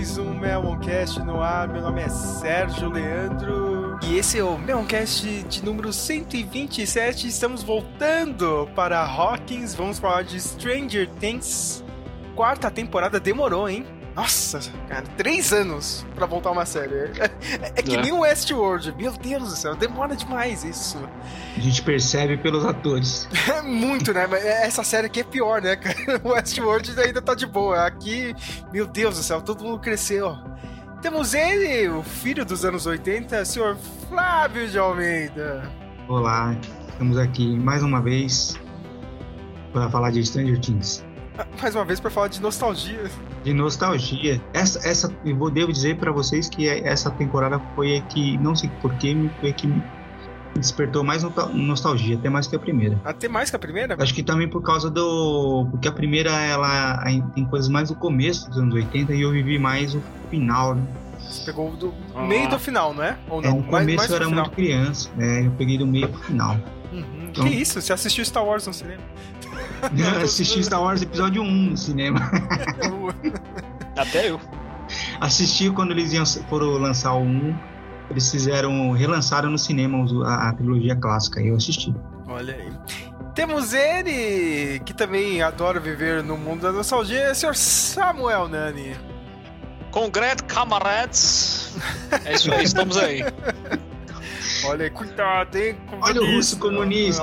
mais um Meloncast no ar. Meu nome é Sérgio Leandro e esse é o Meloncast de número 127. Estamos voltando para Hawkins. Vamos falar de Stranger Things. Quarta temporada demorou, hein? Nossa, cara, 3 anos pra voltar uma série. É que nem o Westworld. Meu Deus do céu, demora demais isso. A gente percebe pelos atores. É muito, né? Mas essa série aqui é pior, né, cara? O Westworld ainda tá de boa. Aqui, meu Deus do céu, todo mundo cresceu. Temos ele, o filho dos anos 80, senhor Flávio de Almeida. Olá, estamos aqui mais uma vez para falar de Stranger Things. Mais uma vez para falar de nostalgia. De nostalgia. Eu devo dizer para vocês que essa temporada foi a que, não sei porquê, foi a que me despertou mais nostalgia, até mais que a primeira. Até mais que a primeira? Acho que também por causa porque a primeira, ela tem coisas mais do começo dos anos 80 e eu vivi mais o final, né? Você pegou do meio do final, não é? Ou não? No começo eu era muito criança, eu peguei do meio pro final. Então, que isso? Você assistiu Star Wars no cinema? Eu assisti Star Wars episódio 1 no cinema. Até eu. Assisti quando eles foram lançar o 1. Eles relançaram no cinema a trilogia clássica. E eu assisti. Olha aí. Temos ele, que também adora viver no mundo da nostalgia, Sr. Samuel Nani. Congrats, camaradas. É isso aí, estamos aí. Olha aí, cuidado, hein? Olha o russo comunista!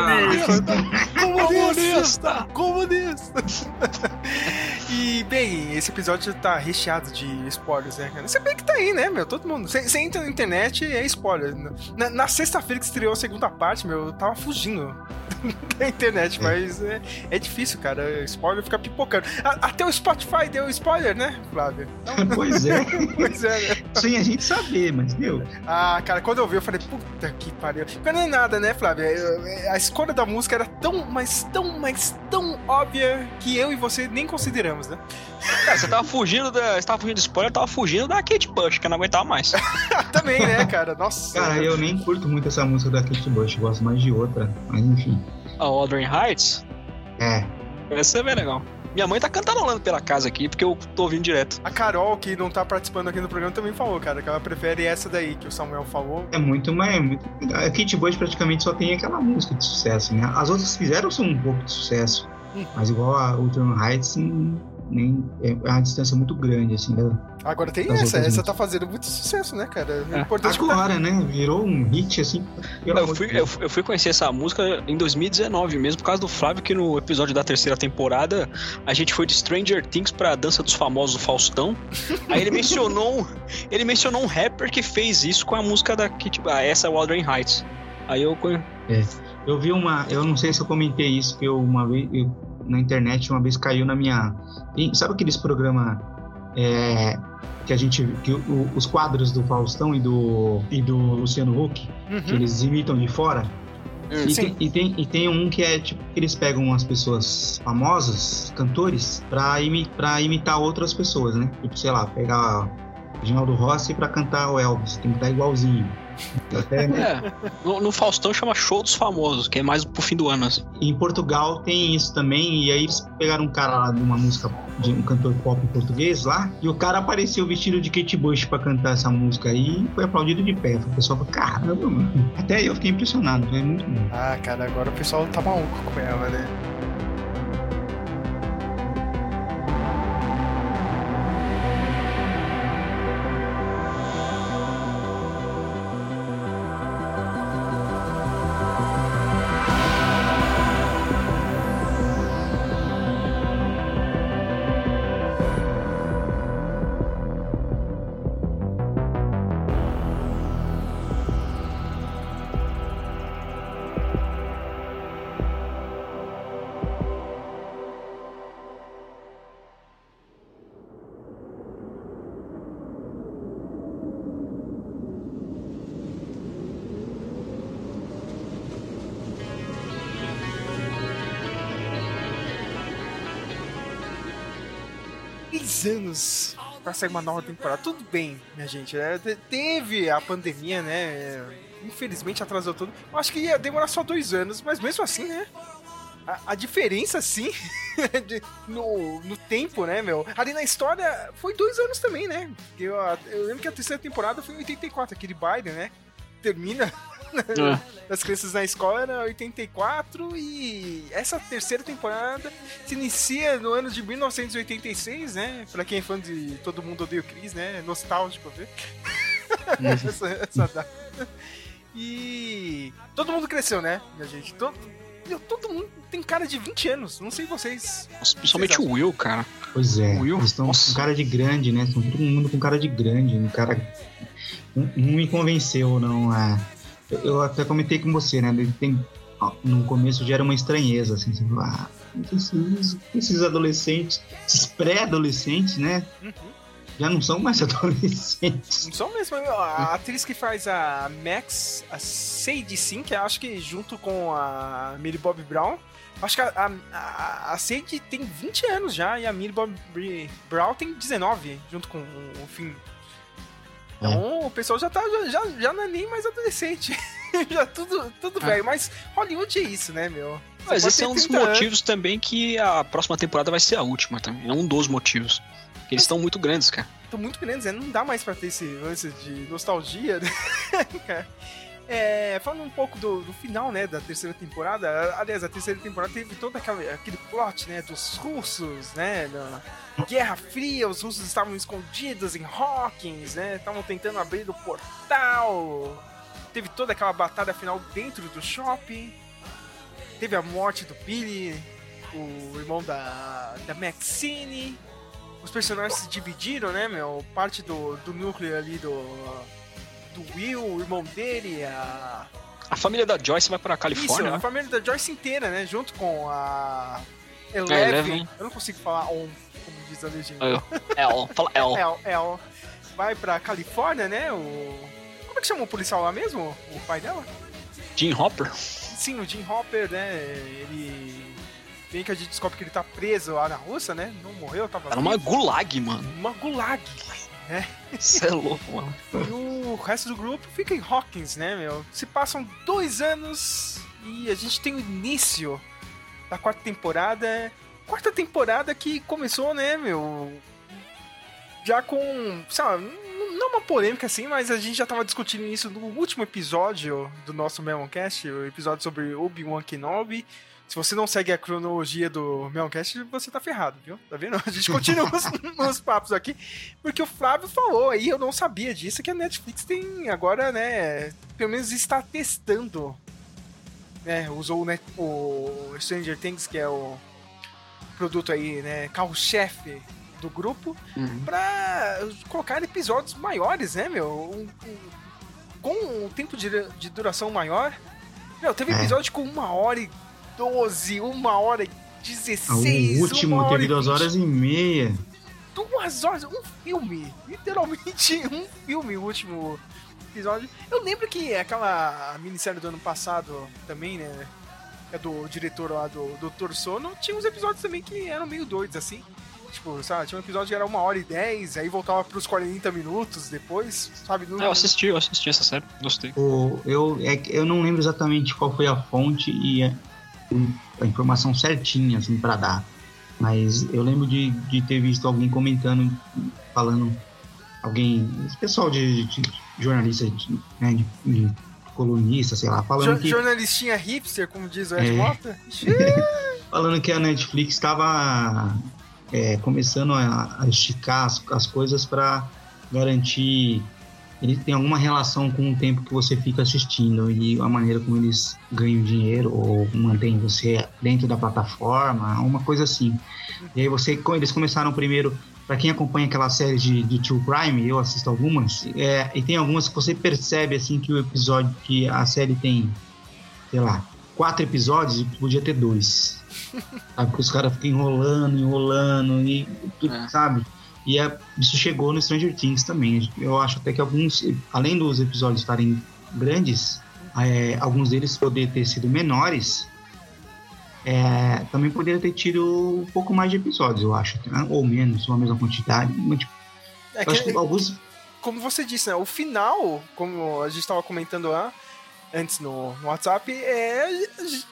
Comunista! E, bem, esse episódio tá recheado de spoilers, né, cara? Você bem que tá aí, né, meu? Todo mundo. Você entra na internet e é spoiler. Na sexta-feira que estreou a segunda parte, meu, eu tava fugindo da internet, mas é difícil, cara. Spoiler fica pipocando. Até o Spotify deu spoiler, né, Flávio? Então, pois é. Pois é, né? Sem a gente saber, mas deu. Ah, cara, quando eu vi, eu falei, puta que pariu. Porque não é nada, né, Flávio? A escolha da música era tão óbvia que eu e você nem consideramos, né? Cara, você tava fugindo do spoiler, eu tava fugindo da Kate Bush, que eu não aguentava mais. Também, né, cara? Nossa. Cara, eu nem curto muito essa música da Kate Bush, gosto mais de outra, mas enfim. A Wuthering Heights? É. Essa é bem legal. Minha mãe tá cantarolando pela casa aqui, porque eu tô ouvindo direto. A Carol, que não tá participando aqui no programa, também falou, cara, que ela prefere essa daí que o Samuel falou. É muito legal. A Kate Bush praticamente só tem aquela música de sucesso, né? As outras que fizeram são um pouco de sucesso, mas igual a Wuthering Heights, nem é uma distância muito grande, assim, né? Agora tem essa tá fazendo muito sucesso, né, cara? É importante agora, né? Virou um hit, assim. Eu fui conhecer essa música em 2019 mesmo, por causa do Flávio, que no episódio da terceira temporada a gente foi de Stranger Things pra Dança dos Famosos do Faustão. Aí ele mencionou um rapper que fez isso com a música da essa Wuthering Heights. Aí eu vi eu não sei se eu comentei isso, que uma vez na internet uma vez caiu na minha... Sabe aqueles programas que os quadros do Faustão e do Luciano Huck, que eles imitam de fora? E tem um que é tipo que eles pegam as pessoas famosas, cantores, pra imitar outras pessoas, né? Tipo, sei lá, pegar o Reginaldo Rossi pra cantar o Elvis, tem que estar igualzinho. Até, né? No Faustão chama Show dos Famosos, que é mais pro fim do ano, assim. Em Portugal tem isso também, e aí eles pegaram um cara lá de uma música, de um cantor pop em português lá, e o cara apareceu vestido de Kate Bush pra cantar essa música aí, e foi aplaudido de pé. O pessoal falou, caramba, mano. Até eu fiquei impressionado, foi muito bom. Ah, cara, agora o pessoal tá maluco com ela, né? Anos pra sair uma nova temporada. Tudo bem, minha gente. Teve a pandemia, né? Infelizmente atrasou tudo. Eu acho que ia demorar só 2 anos, mas mesmo assim, né? a diferença, sim, no tempo, né, meu? Ali na história, foi 2 anos também, né? Eu lembro que a terceira temporada foi em 84, aquele Biden, né? Termina das crianças na escola era 84 e essa terceira temporada se inicia no ano de 1986, né? Pra quem é fã de Todo Mundo Odeia o Chris, né? Nostálgico ver essa data. E todo mundo cresceu, né, minha gente? Todo mundo tem cara de 20 anos, não sei vocês. Nossa, principalmente o Will, cara. Pois é, Will, eles estão com cara de grande, né? Estão todo mundo com cara de grande. Um cara não me convenceu, não. Eu até comentei com você, né? No começo já era uma estranheza, assim. Esses adolescentes, esses pré-adolescentes, né? Já não são mais adolescentes. Não são mesmo. A atriz que faz a Max, a Sadie Sink, que acho que junto com a Millie Bobby Brown, acho que a Sadie tem 20 anos já e a Millie Bobby Brown tem 19, junto com o Finn. Então o pessoal já não é nem mais adolescente. Já tudo velho. Mas Hollywood é isso, né, meu? Mas esse é um dos motivos também que a próxima temporada vai ser a última também. É um dos motivos. Eles estão muito grandes, cara. Estão muito grandes, né? Não dá mais pra ter esse lance de nostalgia, né? Falando um pouco do final, né, da terceira temporada. Aliás, a terceira temporada teve todo aquele plot, né, dos russos, né, na Guerra Fria. Os russos estavam escondidos em Hawkins, né, estavam tentando abrir o portal. Teve toda aquela batalha final dentro do shopping. Teve a morte do Billy, o irmão da Maxine. Os personagens se dividiram, né, meu? Parte do núcleo ali do Will, o irmão dele, a família da Joyce vai pra Califórnia. Isso, a família da Joyce inteira, né? Junto com a Eleven. Eu não consigo falar on, como diz a legenda. Fala El. El. Vai pra Califórnia, né? Como é que chama o policial lá mesmo? O pai dela? Jim Hopper? Sim, o Jim Hopper, né? Ele... Bem que a gente descobre que ele tá preso lá na Rússia, né? Não morreu, tava... Era uma gulag, mano. Uma gulag, né? Isso é louco, mano. E o resto do grupo fica em Hawkins, né, meu? Se passam 2 anos e a gente tem o início da quarta temporada. Quarta temporada que começou, né, meu? Já com... Sabe, não uma polêmica assim, mas a gente já tava discutindo isso no último episódio do nosso Meloncast, o episódio sobre Obi-Wan Kenobi. Se você não segue a cronologia do Meloncast, você tá ferrado, viu? Tá vendo? A gente continua nos papos aqui, porque o Flávio falou aí, eu não sabia disso, que a Netflix tem agora, né, pelo menos está testando, né, usou o Stranger Things, que é o produto aí, né, carro-chefe do grupo, pra colocar episódios maiores, né, meu? Com um tempo de duração maior. Meu, teve episódio com 1h12, 1h16. O último teve 2h30. 2 horas, um filme. Literalmente um filme, o último episódio. Eu lembro que aquela minissérie do ano passado também, né? É do diretor lá do Dr. Sono. Tinha uns episódios também que eram meio doidos, assim. Tipo, sabe, tinha um episódio que era 1h10, aí voltava pros 40 minutos depois, sabe? Eu assisti essa série, gostei. Eu não lembro exatamente qual foi a fonte e a informação certinha, assim, pra dar. Mas eu lembro de ter visto alguém comentando, falando, esse pessoal de jornalista, né, de colunista, sei lá, falando que... Jornalistinha hipster, como diz o Ed Mota. Falando que a Netflix estava começando a esticar as coisas para garantir... Ele tem alguma relação com o tempo que você fica assistindo e a maneira como eles ganham dinheiro ou mantêm você dentro da plataforma, uma coisa assim. E aí eles começaram primeiro, para quem acompanha aquela série de True Crime, eu assisto algumas, e tem algumas que você percebe assim que o episódio, que a série tem, sei lá, 4 episódios e podia ter 2. Sabe? Porque os caras ficam enrolando e sabe? E isso chegou no Stranger Things também. Eu acho até que alguns, além dos episódios estarem grandes, alguns deles poderiam ter sido menores, também poderia ter tido um pouco mais de episódios, eu acho, né? Ou menos, ou a mesma quantidade. Mas, tipo, acho que alguns... Como você disse, né? O final, como a gente estava comentando lá antes no WhatsApp,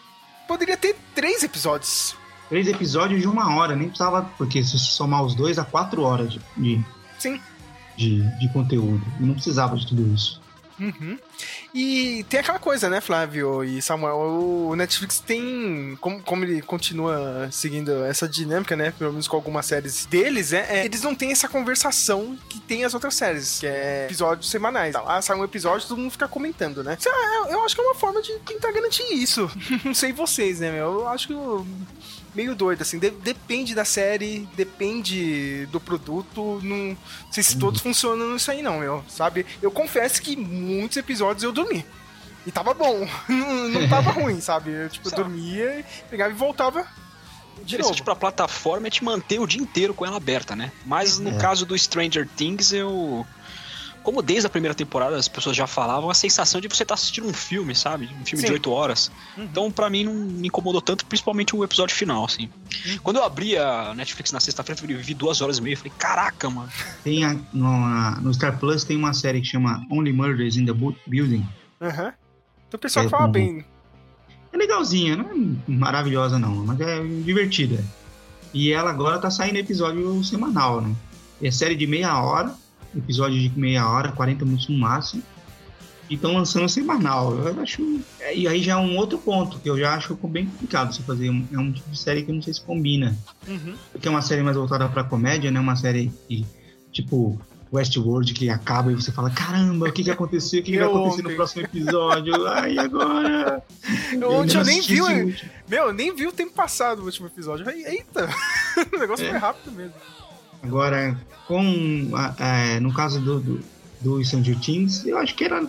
poderia ter 3 episódios. 3 episódios de 1 hora, nem precisava, porque se somar os dois, dá 4 horas Sim. de conteúdo. E não precisava de tudo isso. Uhum. E tem aquela coisa, né, Flávio e Samuel, o Netflix tem, como ele continua seguindo essa dinâmica, né, pelo menos com algumas séries deles, eles não têm essa conversação que tem as outras séries, que é episódios semanais. Sai um episódio, todo mundo fica comentando, né? Eu acho que é uma forma de tentar garantir isso. Não sei vocês, né, meu? Eu acho que meio doido, assim, depende da série, depende do produto, não sei se todos funcionam nisso aí não, meu, sabe? Eu confesso que muitos episódios eu dormi, e tava bom, não tava ruim, sabe? Eu, tipo, dormia, pegava e voltava de novo. Pra plataforma é te manter o dia inteiro com ela aberta, né? Mas no caso do Stranger Things, como desde a primeira temporada as pessoas já falavam, a sensação de você estar assistindo um filme, sabe? Um filme de 8 horas. Então, pra mim, não me incomodou tanto, principalmente o episódio final, assim. Quando eu abri a Netflix na sexta-feira, eu vi 2 horas e meia, falei, caraca, mano. Tem no Star Plus tem uma série que chama Only Murders in the Building. Então o pessoal fala bem. É legalzinha, não é maravilhosa não, mas é divertida. E ela agora tá saindo episódio semanal, né? É série de meia hora, episódio de meia hora, 40 minutos no máximo, e estão lançando semanal. Eu acho. E aí já é um outro ponto que eu já acho bem complicado você fazer. É um tipo de série que eu não sei se combina. Porque é uma série mais voltada pra comédia, né? Uma série que, tipo Westworld, que acaba e você fala: caramba, o que aconteceu? O que vai acontecer no próximo episódio? Ai, agora? Ontem eu nem vi. Eu nem vi o tempo passado do último episódio. Eu falei, eita! O negócio foi rápido mesmo. Agora, no caso do Stranger Things, eu acho que era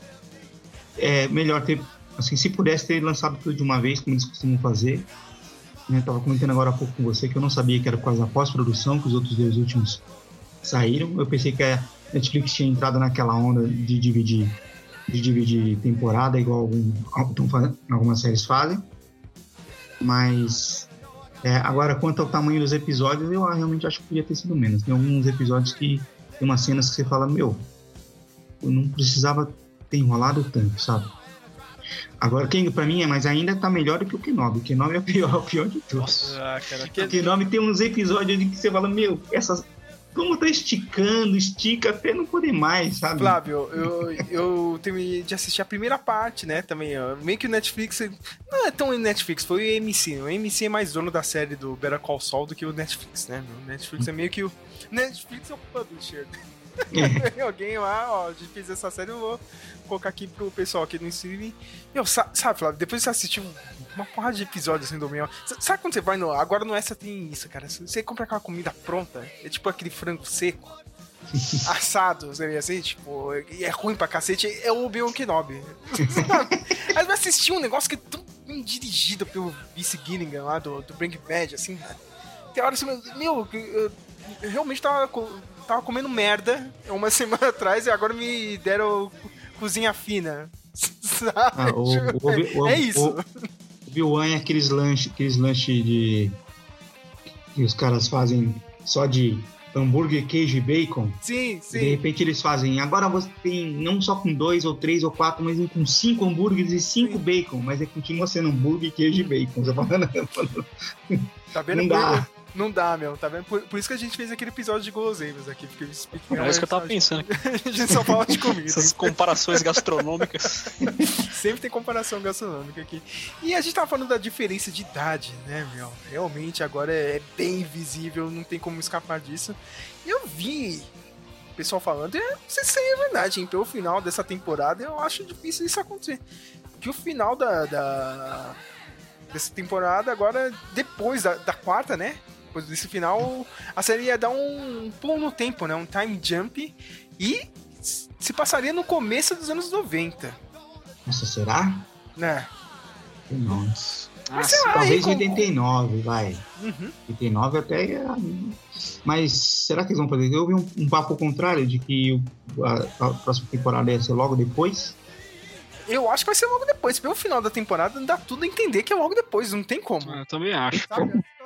melhor ter, assim, se pudesse ter lançado tudo de uma vez, como eles costumam fazer. Eu tava comentando agora há pouco com você que eu não sabia que era por causa da pós-produção, que os outros 2 últimos saíram. Eu pensei que a Netflix tinha entrado naquela onda de dividir temporada, igual algumas séries fazem. Mas... agora, quanto ao tamanho dos episódios, eu realmente acho que podia ter sido menos. Tem alguns episódios que tem umas cenas que você fala, eu não precisava ter enrolado tanto, sabe? Agora, quem pra mim mas ainda tá melhor do que o Kenobi. O Kenobi é o pior de todos. O Kenobi tem uns episódios que você fala, como tá estica até não poder mais, sabe? Flávio, eu terminei de assistir a primeira parte, né, também, meio que o Netflix, não é tão o Netflix, foi o AMC. O AMC é mais dono da série do Better Call Saul do que o Netflix, né? O Netflix é meio que o Netflix é o publisher. Alguém lá, a gente fez essa série, eu vou colocar aqui pro pessoal aqui no streaming. Sabe, Flávio, depois você assistiu uma porrada de episódios assim do meu. Sabe quando você vai agora no Extra tem isso, cara? Você compra aquela comida pronta, é tipo aquele frango seco, assado, assim, tipo, e é ruim pra cacete, é o Obi-Wan Kenobi. Aí vai assistir um negócio que é tão bem dirigido pelo Vince Gilligan lá do Breaking Bad, assim. Tem hora assim, eu realmente tava comendo merda uma semana atrás e agora me deram cozinha fina. Sabe? É isso. O Obi-Wan é aqueles lanches que os caras fazem só de hambúrguer, queijo e bacon. Sim. E de repente eles fazem, agora você tem não só com 2 ou 3 ou 4, mas com 5 hambúrgueres e 5 bacon, mas continua sendo hambúrguer, queijo e bacon. Você fala, tá vendo? Não dá. Não dá, meu, tá vendo? Por isso que a gente fez aquele episódio de guloseimas aqui, porque é isso que eu tava pensando. A gente só fala de comida. Essas comparações gastronômicas. Sempre tem comparação gastronômica aqui. E a gente tava falando da diferença de idade, né, meu? Realmente agora é bem visível, não tem como escapar disso. E eu vi o pessoal falando, não sei se é verdade, hein? Pelo final dessa temporada eu acho difícil isso acontecer. Porque o final dessa temporada, agora, depois da quarta, né? Depois desse final, a série ia dar um pulo no tempo, né? Um time jump. E se passaria no começo dos anos 90. Nossa, será? Né? Nossa. Mas talvez 89, vai. 89 até... Mas será que eles vão fazer? Eu vi um papo contrário de que a próxima temporada ia ser logo depois. Eu acho que vai ser logo depois. Pelo final da temporada, dá tudo a entender que é logo depois. Não tem como. Eu também acho. Sabe?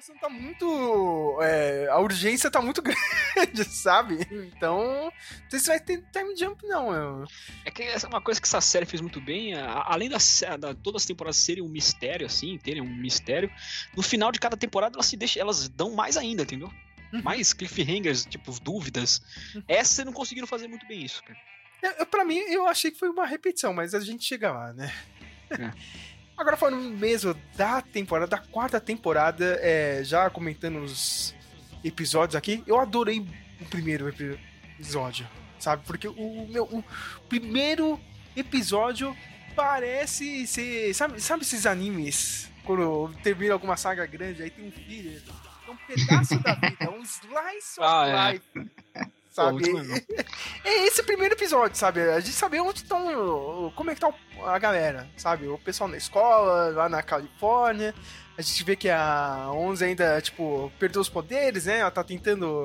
situação tá muito... a urgência tá muito grande, sabe? Então, não sei se vai ter time jump, não. É que essa é uma coisa que essa série fez muito bem, além todas as temporadas serem um mistério, assim, terem um mistério, no final de cada temporada elas dão mais ainda, entendeu? Mais cliffhangers, tipo, dúvidas. Essa não conseguiram fazer muito bem isso, cara. Pra mim, eu achei que foi uma repetição, mas a gente chega lá, né? Agora falando mesmo da temporada, da 4ª temporada, já comentando os episódios aqui, eu adorei o primeiro episódio, sabe? Porque o primeiro episódio parece ser... Sabe esses animes? Quando termina alguma saga grande, aí tem um filler, é um pedaço da vida, um slice of life. Sabe? É esse primeiro episódio, sabe? A gente sabe onde estão... Como é que tá a galera, sabe? O pessoal na escola, lá na Califórnia. A gente vê que a 11 ainda, tipo, perdeu os poderes, né? Ela tá tentando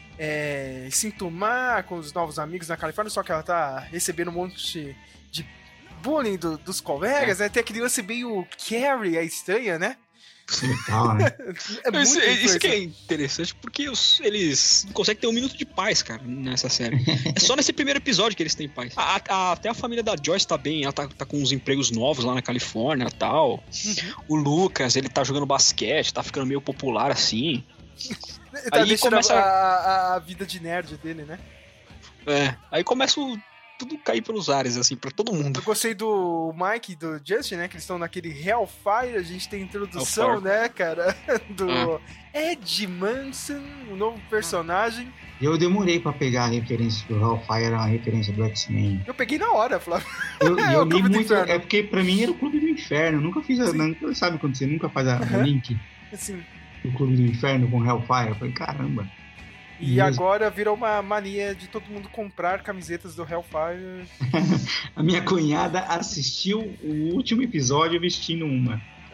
se enturmar com os novos amigos na Califórnia, só que ela tá recebendo um monte de bullying dos colegas, né? Tem aquele lance meio Carrie, a estranha, né? Legal, né? Isso que é interessante, porque eles não conseguem ter um minuto de paz, cara, nessa série. É só nesse primeiro episódio que eles têm paz. Até a família da Joyce tá bem, ela tá com uns empregos novos lá na Califórnia e tal. O Lucas, ele tá jogando basquete, tá ficando meio popular assim. Tá aí começa a vida de nerd dele, né? Aí começa tudo cair pelos ares, assim, pra todo mundo. Eu gostei do Mike e do Justin, né? Que eles estão naquele Hellfire. A gente tem a introdução, né, cara? Do Ed Manson, um novo personagem. Eu demorei pra pegar a referência do Hellfire, a referência do X-Men. Eu peguei na hora, Flávio. Eu li muito, porque pra mim era o Clube do Inferno. Eu nunca fiz, sabe quando você nunca faz o link? Sim. Do Clube do Inferno com Hellfire. Eu falei, caramba. E agora virou uma mania de todo mundo comprar camisetas do Hellfire. A minha cunhada assistiu o último episódio vestindo uma.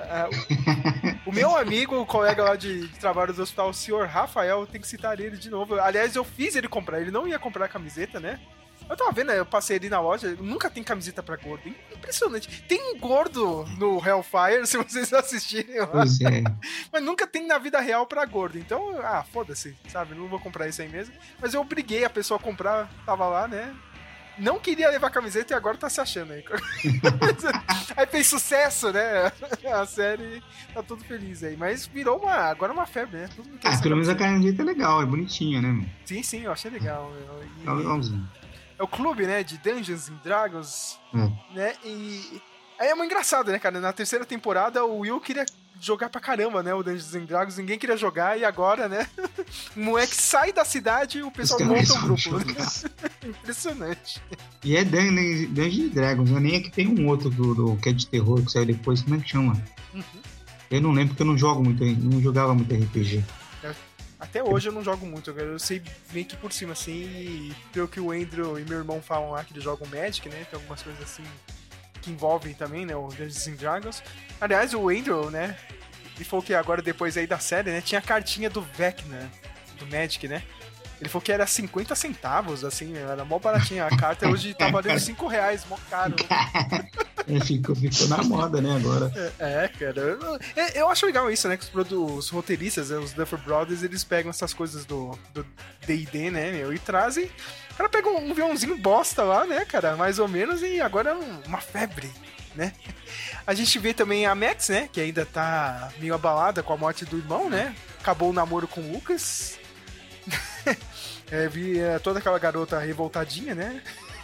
O meu amigo, o colega lá de trabalho do hospital, o senhor Rafael, tem que citar ele de novo. Aliás, eu fiz ele comprar. Ele não ia comprar a camiseta, né? Eu tava vendo, eu passei ali na loja, nunca tem camiseta pra gordo. Impressionante. Tem um gordo no Hellfire, se vocês assistirem lá. Pois é. Mas nunca tem na vida real pra gordo. Então, foda-se, sabe? Não vou comprar isso aí mesmo. Mas eu obriguei a pessoa a comprar, tava lá, né? Não queria levar camiseta e agora tá se achando aí. Aí fez sucesso, né? A série tá tudo feliz aí. Mas virou agora uma febre, né? Pelo menos a camiseta é legal, é bonitinha, né? Sim, eu achei legal. É legalzinho. É o clube, né, de Dungeons and Dragons, né, e aí é muito engraçado, né, cara, na 3ª temporada o Will queria jogar pra caramba, né, o Dungeons and Dragons, ninguém queria jogar, e agora, né, o moleque sai da cidade e o pessoal monta um grupo, né? Impressionante. E é Dungeons and Dragons, não é nem é que tem um outro do que é de terror, que saiu depois, como é que chama? Eu não lembro, porque eu não jogava muito RPG. Até hoje eu não jogo muito, eu sei meio que por cima, assim, e pelo que o Andrew e meu irmão falam lá, que eles jogam Magic, né, tem algumas coisas assim que envolvem também, né, o Dungeons and Dragons. Aliás, o Andrew, né, ele falou que agora, depois aí da série, né, tinha a cartinha do Vecna, do Magic, né, ele falou que era 50 centavos, assim, era mó baratinha a carta, hoje tá valendo R$5, mó caro. Ficou na moda, né, agora. Cara. Eu acho legal isso, né, que os roteiristas, né, os Duffer Brothers, eles pegam essas coisas do D&D, né, meu, e trazem... O cara pega um vilãozinho bosta lá, né, cara, mais ou menos, e agora é uma febre, né. A gente vê também a Max, né, que ainda tá meio abalada com a morte do irmão, né, acabou o namoro com o Lucas. Vi toda aquela garota revoltadinha, né.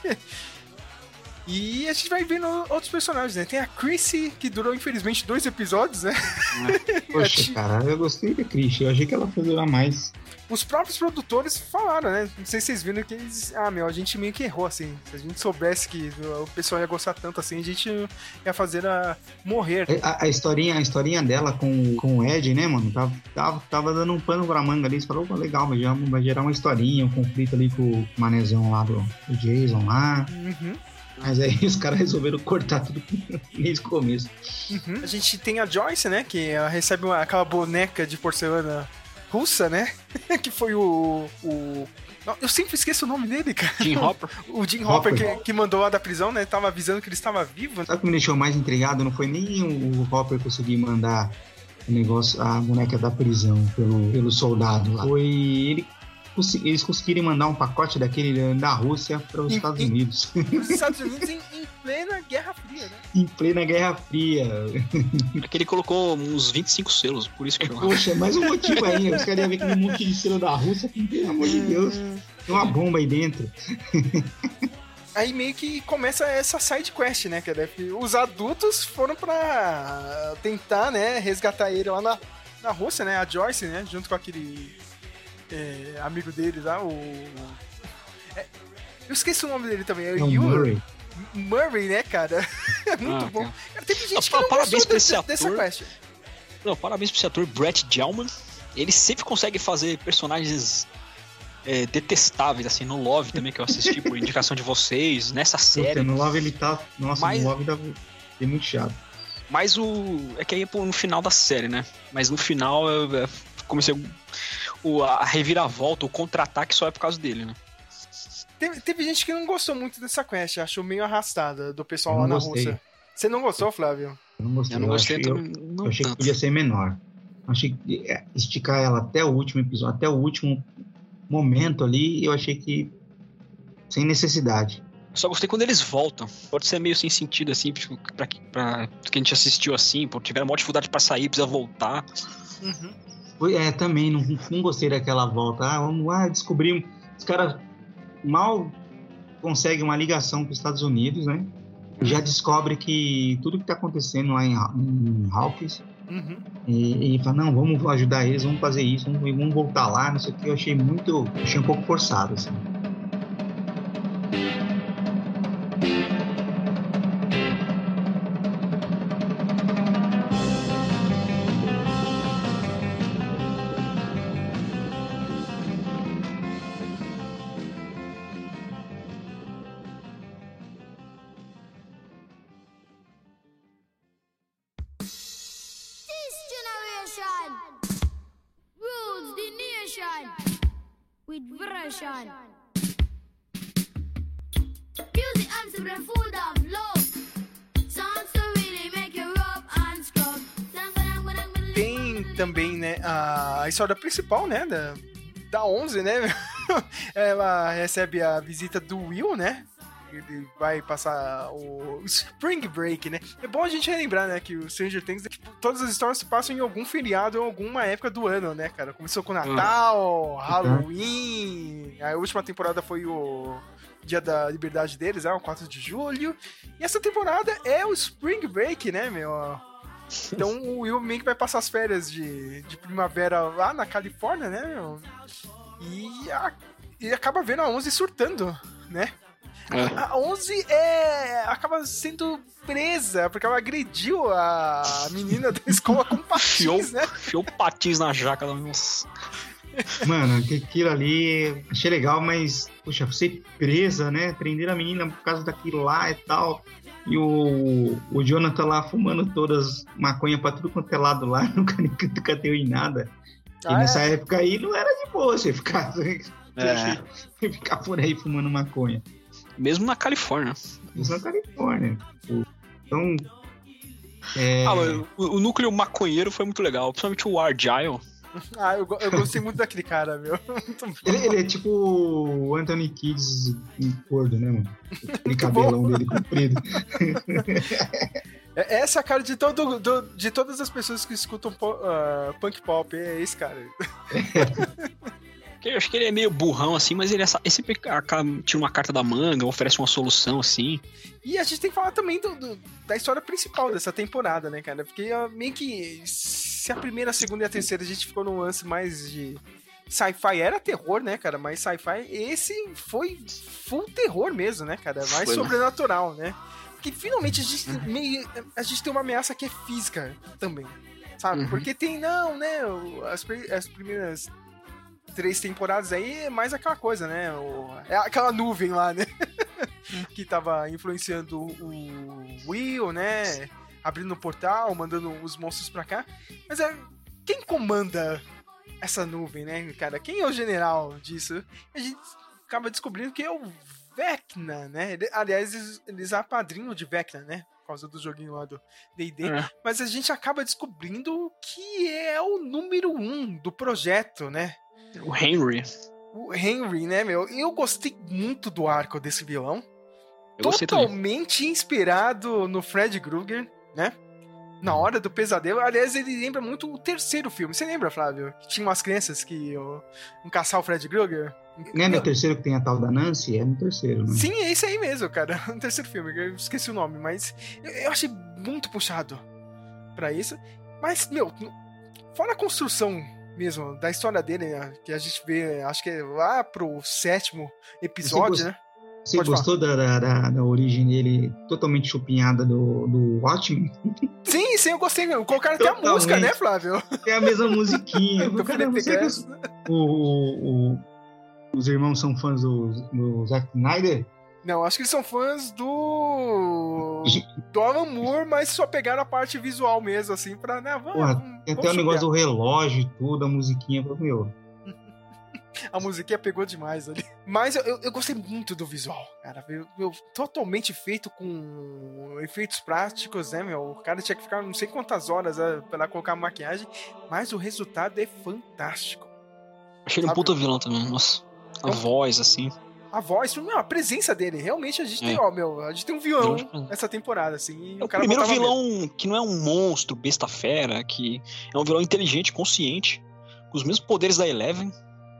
E a gente vai vendo outros personagens, né? Tem a Chrissy, que durou, infelizmente, 2 episódios, né? Poxa, cara, eu gostei da Chrissy. Eu achei que ela foi durar mais. Os próprios produtores falaram, né? Não sei se vocês viram que eles... a gente meio que errou, assim. Se a gente soubesse que o pessoal ia gostar tanto, assim, a gente ia fazer morrer. A historinha dela com o Ed, né, mano? Tava dando um pano pra manga ali. Você falou, legal, mas vai gerar uma historinha, um conflito ali com o manezão lá do Jason lá. Mas aí os caras resolveram cortar tudo desde o começo. A gente tem a Joyce, né? Que ela recebe aquela boneca de porcelana russa, né? Que foi o... Eu sempre esqueço o nome dele, cara. Jim Hopper. O Jim Hopper que mandou lá da prisão, né? Tava avisando que ele estava vivo. Sabe o que me deixou mais intrigado? Não foi nem o Hopper conseguir mandar o negócio, a boneca da prisão pelo soldado lá. Eles conseguiram mandar um pacote daquele da Rússia para os Estados Unidos. Os Estados Unidos em plena Guerra Fria, né? Em plena Guerra Fria. É que ele colocou uns 25 selos, por isso que eu... Poxa, mais um motivo ainda. Os caras iam ver aquele monte de selo da Rússia, pelo amor de Deus. Tem uma bomba aí dentro. Aí meio que começa essa side quest, né? Que os adultos foram pra tentar, né, resgatar ele lá na Rússia, né? A Joyce, né? Junto com aquele amigo dele lá, eu esqueci o nome dele também, é o Murray. Murray, né, cara? É muito bom. Cara, teve gente que não parabéns gostou dessa quest. Não, parabéns pro esse ator, Brett Gelman. Ele sempre consegue fazer personagens detestáveis, assim, no Love também, que eu assisti por indicação de vocês, nessa série. No Love ele tá... Nossa, no Love é muito chato. Mas é que aí é no final da série, né? Mas no final eu comecei... A reviravolta, o contra-ataque só é por causa dele, né? Teve gente que não gostou muito dessa quest, achou meio arrastada do pessoal lá na Rússia. Você não gostou, Flávio? Eu não gostei. Eu não gostei eu achei que podia ser menor. Achei que esticar ela até o último episódio, até o último momento ali, eu achei que sem necessidade. Eu só gostei quando eles voltam. Pode ser meio sem sentido, assim, pra quem a gente assistiu assim, porque tiveram uma dificuldade pra sair, precisa voltar. Uhum. Também não gostei daquela volta. Vamos lá, descobrimos. Os caras mal conseguem uma ligação com os Estados Unidos, né? Já descobre que tudo que tá acontecendo lá em Hawkins. Uhum. E fala, não, vamos ajudar eles, vamos fazer isso, vamos voltar lá, não sei o que. Eu achei um pouco forçado, assim. With version. Music and super full of love. Songs to really make you rub and scrub. Tem também, né, a história principal, né, da 11, né? Ela recebe a visita do Will, né? Ele vai passar o Spring Break, né? É bom a gente relembrar, né, que o Stranger Things, tipo, todas as histórias se passam em algum feriado ou alguma época do ano, né, cara? Começou com Natal, Halloween, a última temporada foi o Dia da Liberdade deles, o 4 de julho, e essa temporada é o Spring Break, né, meu? Então o Will meio que vai passar as férias de primavera lá na Califórnia, né, meu? E acaba vendo a 11 surtando, né? A 11 acaba sendo presa porque ela agrediu a menina da escola com patins, né? Enfiou patins na jaca da moça. Mano, aquilo ali achei legal, mas, poxa, ser presa, né? Prenderam a menina por causa daquilo lá e tal. E o Jonathan lá fumando todas maconha pra tudo quanto é lado lá, nunca deu em nada. E nessa época aí não era de boa você ficar por aí fumando maconha. Mesmo na Califórnia. Então... o núcleo maconheiro foi muito legal, principalmente o Argyle. Eu gostei muito daquele cara, meu. Ele é tipo o Anthony Kiedis gordo, né, mano? Aquele cabelão dele comprido. Essa é a cara de todas as pessoas que escutam punk pop, é esse cara. Eu acho que ele é meio burrão, assim, mas ele sempre tira uma carta da manga, oferece uma solução, assim. E a gente tem que falar também da história principal dessa temporada, né, cara? Porque meio que se a primeira, a segunda e a terceira a gente ficou num lance mais de sci-fi, era terror, né, cara? Mas sci-fi, esse foi full terror mesmo, né, cara? Mais sobrenatural, né? Porque finalmente a gente tem uma ameaça que é física também, sabe? Porque tem, as primeiras 3 temporadas aí é mais aquela coisa, né? É aquela nuvem lá, né? Que tava influenciando o Will, né? Abrindo o portal, mandando os monstros pra cá. Mas quem comanda essa nuvem, né, cara? Quem é o general disso? A gente acaba descobrindo que é o Vecna, né? Aliás, eles apadrinham de Vecna, né? causa do joguinho lá do D&D, mas a gente acaba descobrindo que é o número 1 do projeto, né? O Henry. O Henry, né, meu? Eu gostei muito do arco desse vilão. Totalmente inspirado no Fred Krueger, né? Na hora do pesadelo. Aliás, ele lembra muito o terceiro filme. Você lembra, Flávio? Que tinha umas crianças que iam caçar o Fred Krueger? Não é no terceiro que tem a tal da Nancy? É no terceiro, né? Sim, é esse aí mesmo, cara. No terceiro filme. Eu esqueci o nome, mas eu achei muito puxado pra isso. Mas, meu, fora a construção mesmo da história dele, né, que a gente vê, acho que é lá pro 7º episódio, né? Você gostou da origem dele totalmente chupinhada do Watchmen? Sim, eu gostei. Colocaram até a música, né, Flávio? É a mesma musiquinha. Do Caramba, os irmãos são fãs do Zack Snyder? Não, acho que eles são fãs do Alan Moore, mas só pegaram a parte visual mesmo, assim, pra... Né, tem até o negócio do relógio e tudo, a musiquinha, meu... A musiquinha pegou demais ali. Mas eu gostei muito do visual, cara. Totalmente feito com efeitos práticos, né, meu? O cara tinha que ficar não sei quantas horas pra colocar maquiagem, mas o resultado é fantástico. Achei ele um puta vilão também, nossa. A voz, assim. A voz, a presença dele. Realmente a gente tem, a gente tem um vilão essa temporada, assim. É o primeiro vilão que não é um monstro, besta-fera, que é um vilão inteligente, consciente, com os mesmos poderes da Eleven.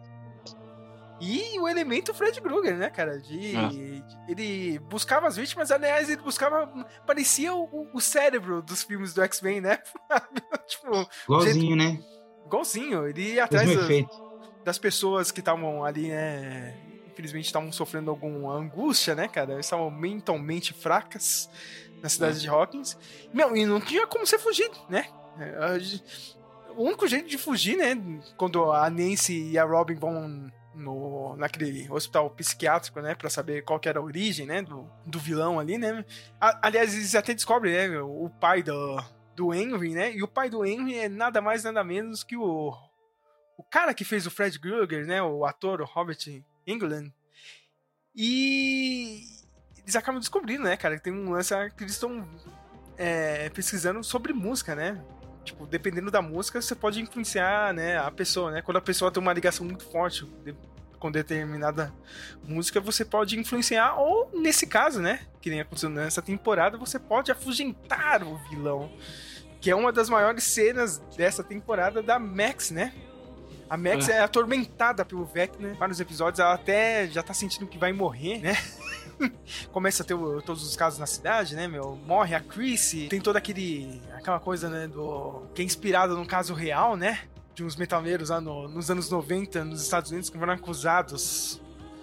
E o elemento Fred Krueger, né, cara? Ele buscava as vítimas, aliás, ele buscava... Parecia o cérebro dos filmes do X-Men, né? Tipo, igualzinho, né? Igualzinho. Ele ia atrás das pessoas que estavam ali, né? Infelizmente estavam sofrendo alguma angústia, né, cara? Eles estavam mentalmente fracas na cidade de Hawkins. Meu, e não tinha como você fugir, né? O único jeito de fugir, né? Quando a Nancy e a Robin vão... naquele hospital psiquiátrico, né, pra saber qual que era a origem, né, do vilão ali, né. Aliás, eles até descobrem, né, o pai do Henry, né, e o pai do Henry é nada mais, nada menos que o cara que fez o Fred Krueger, né, o ator, o Robert Englund. E eles acabam descobrindo, né, cara, que tem um lance que eles estão pesquisando sobre música, né. Tipo, dependendo da música, você pode influenciar, né, a pessoa, né? Quando a pessoa tem uma ligação muito forte com determinada música, você pode influenciar, ou nesse caso, né, que nem aconteceu nessa temporada, você pode afugentar o vilão, que é uma das maiores cenas dessa temporada da Max, né? A Max é atormentada pelo Vecna, vários episódios, ela até já tá sentindo que vai morrer, né? Começa a ter todos os casos na cidade, né, meu? Morre a Chrissy, tem toda aquela coisa, né, que é inspirada num caso real, né? De uns metaleiros lá nos anos 90, nos Estados Unidos, que foram acusados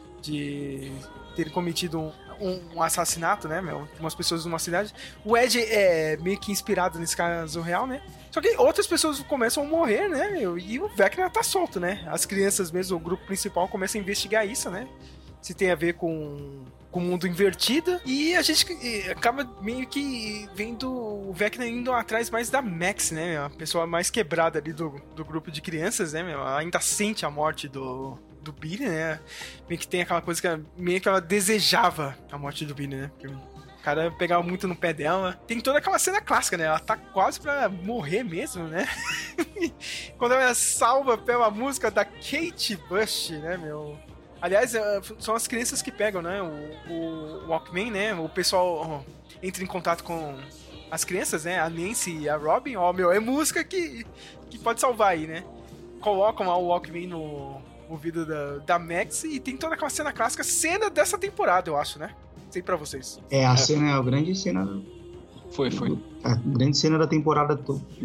de terem cometido um assassinato, né, meu? De umas pessoas numa cidade. O Ed é meio que inspirado nesse caso real, né? Só que outras pessoas começam a morrer, né, meu? E o Vecna tá solto, né? As crianças mesmo, o grupo principal, começa a investigar isso, né? Se tem a ver com o mundo invertido, e a gente acaba meio que vendo o Vecna indo atrás mais da Max, né, a pessoa mais quebrada ali do grupo de crianças, né, ela ainda sente a morte do Billy, né, meio que tem aquela coisa que meio que ela desejava a morte do Billy, né, porque o cara pegava muito no pé dela. Tem toda aquela cena clássica, né, ela tá quase pra morrer mesmo, né, quando ela é salva pela música da Kate Bush, né, meu... Aliás, são as crianças que pegam, né, o Walkman, né, o pessoal entra em contato com as crianças, né, a Nancy e a Robin, é música que pode salvar aí, né. Colocam lá o Walkman no ouvido da Max e tem toda aquela cena clássica, cena dessa temporada, eu acho, né. Sei pra vocês. Cena é a grande cena... Foi. A grande cena da temporada,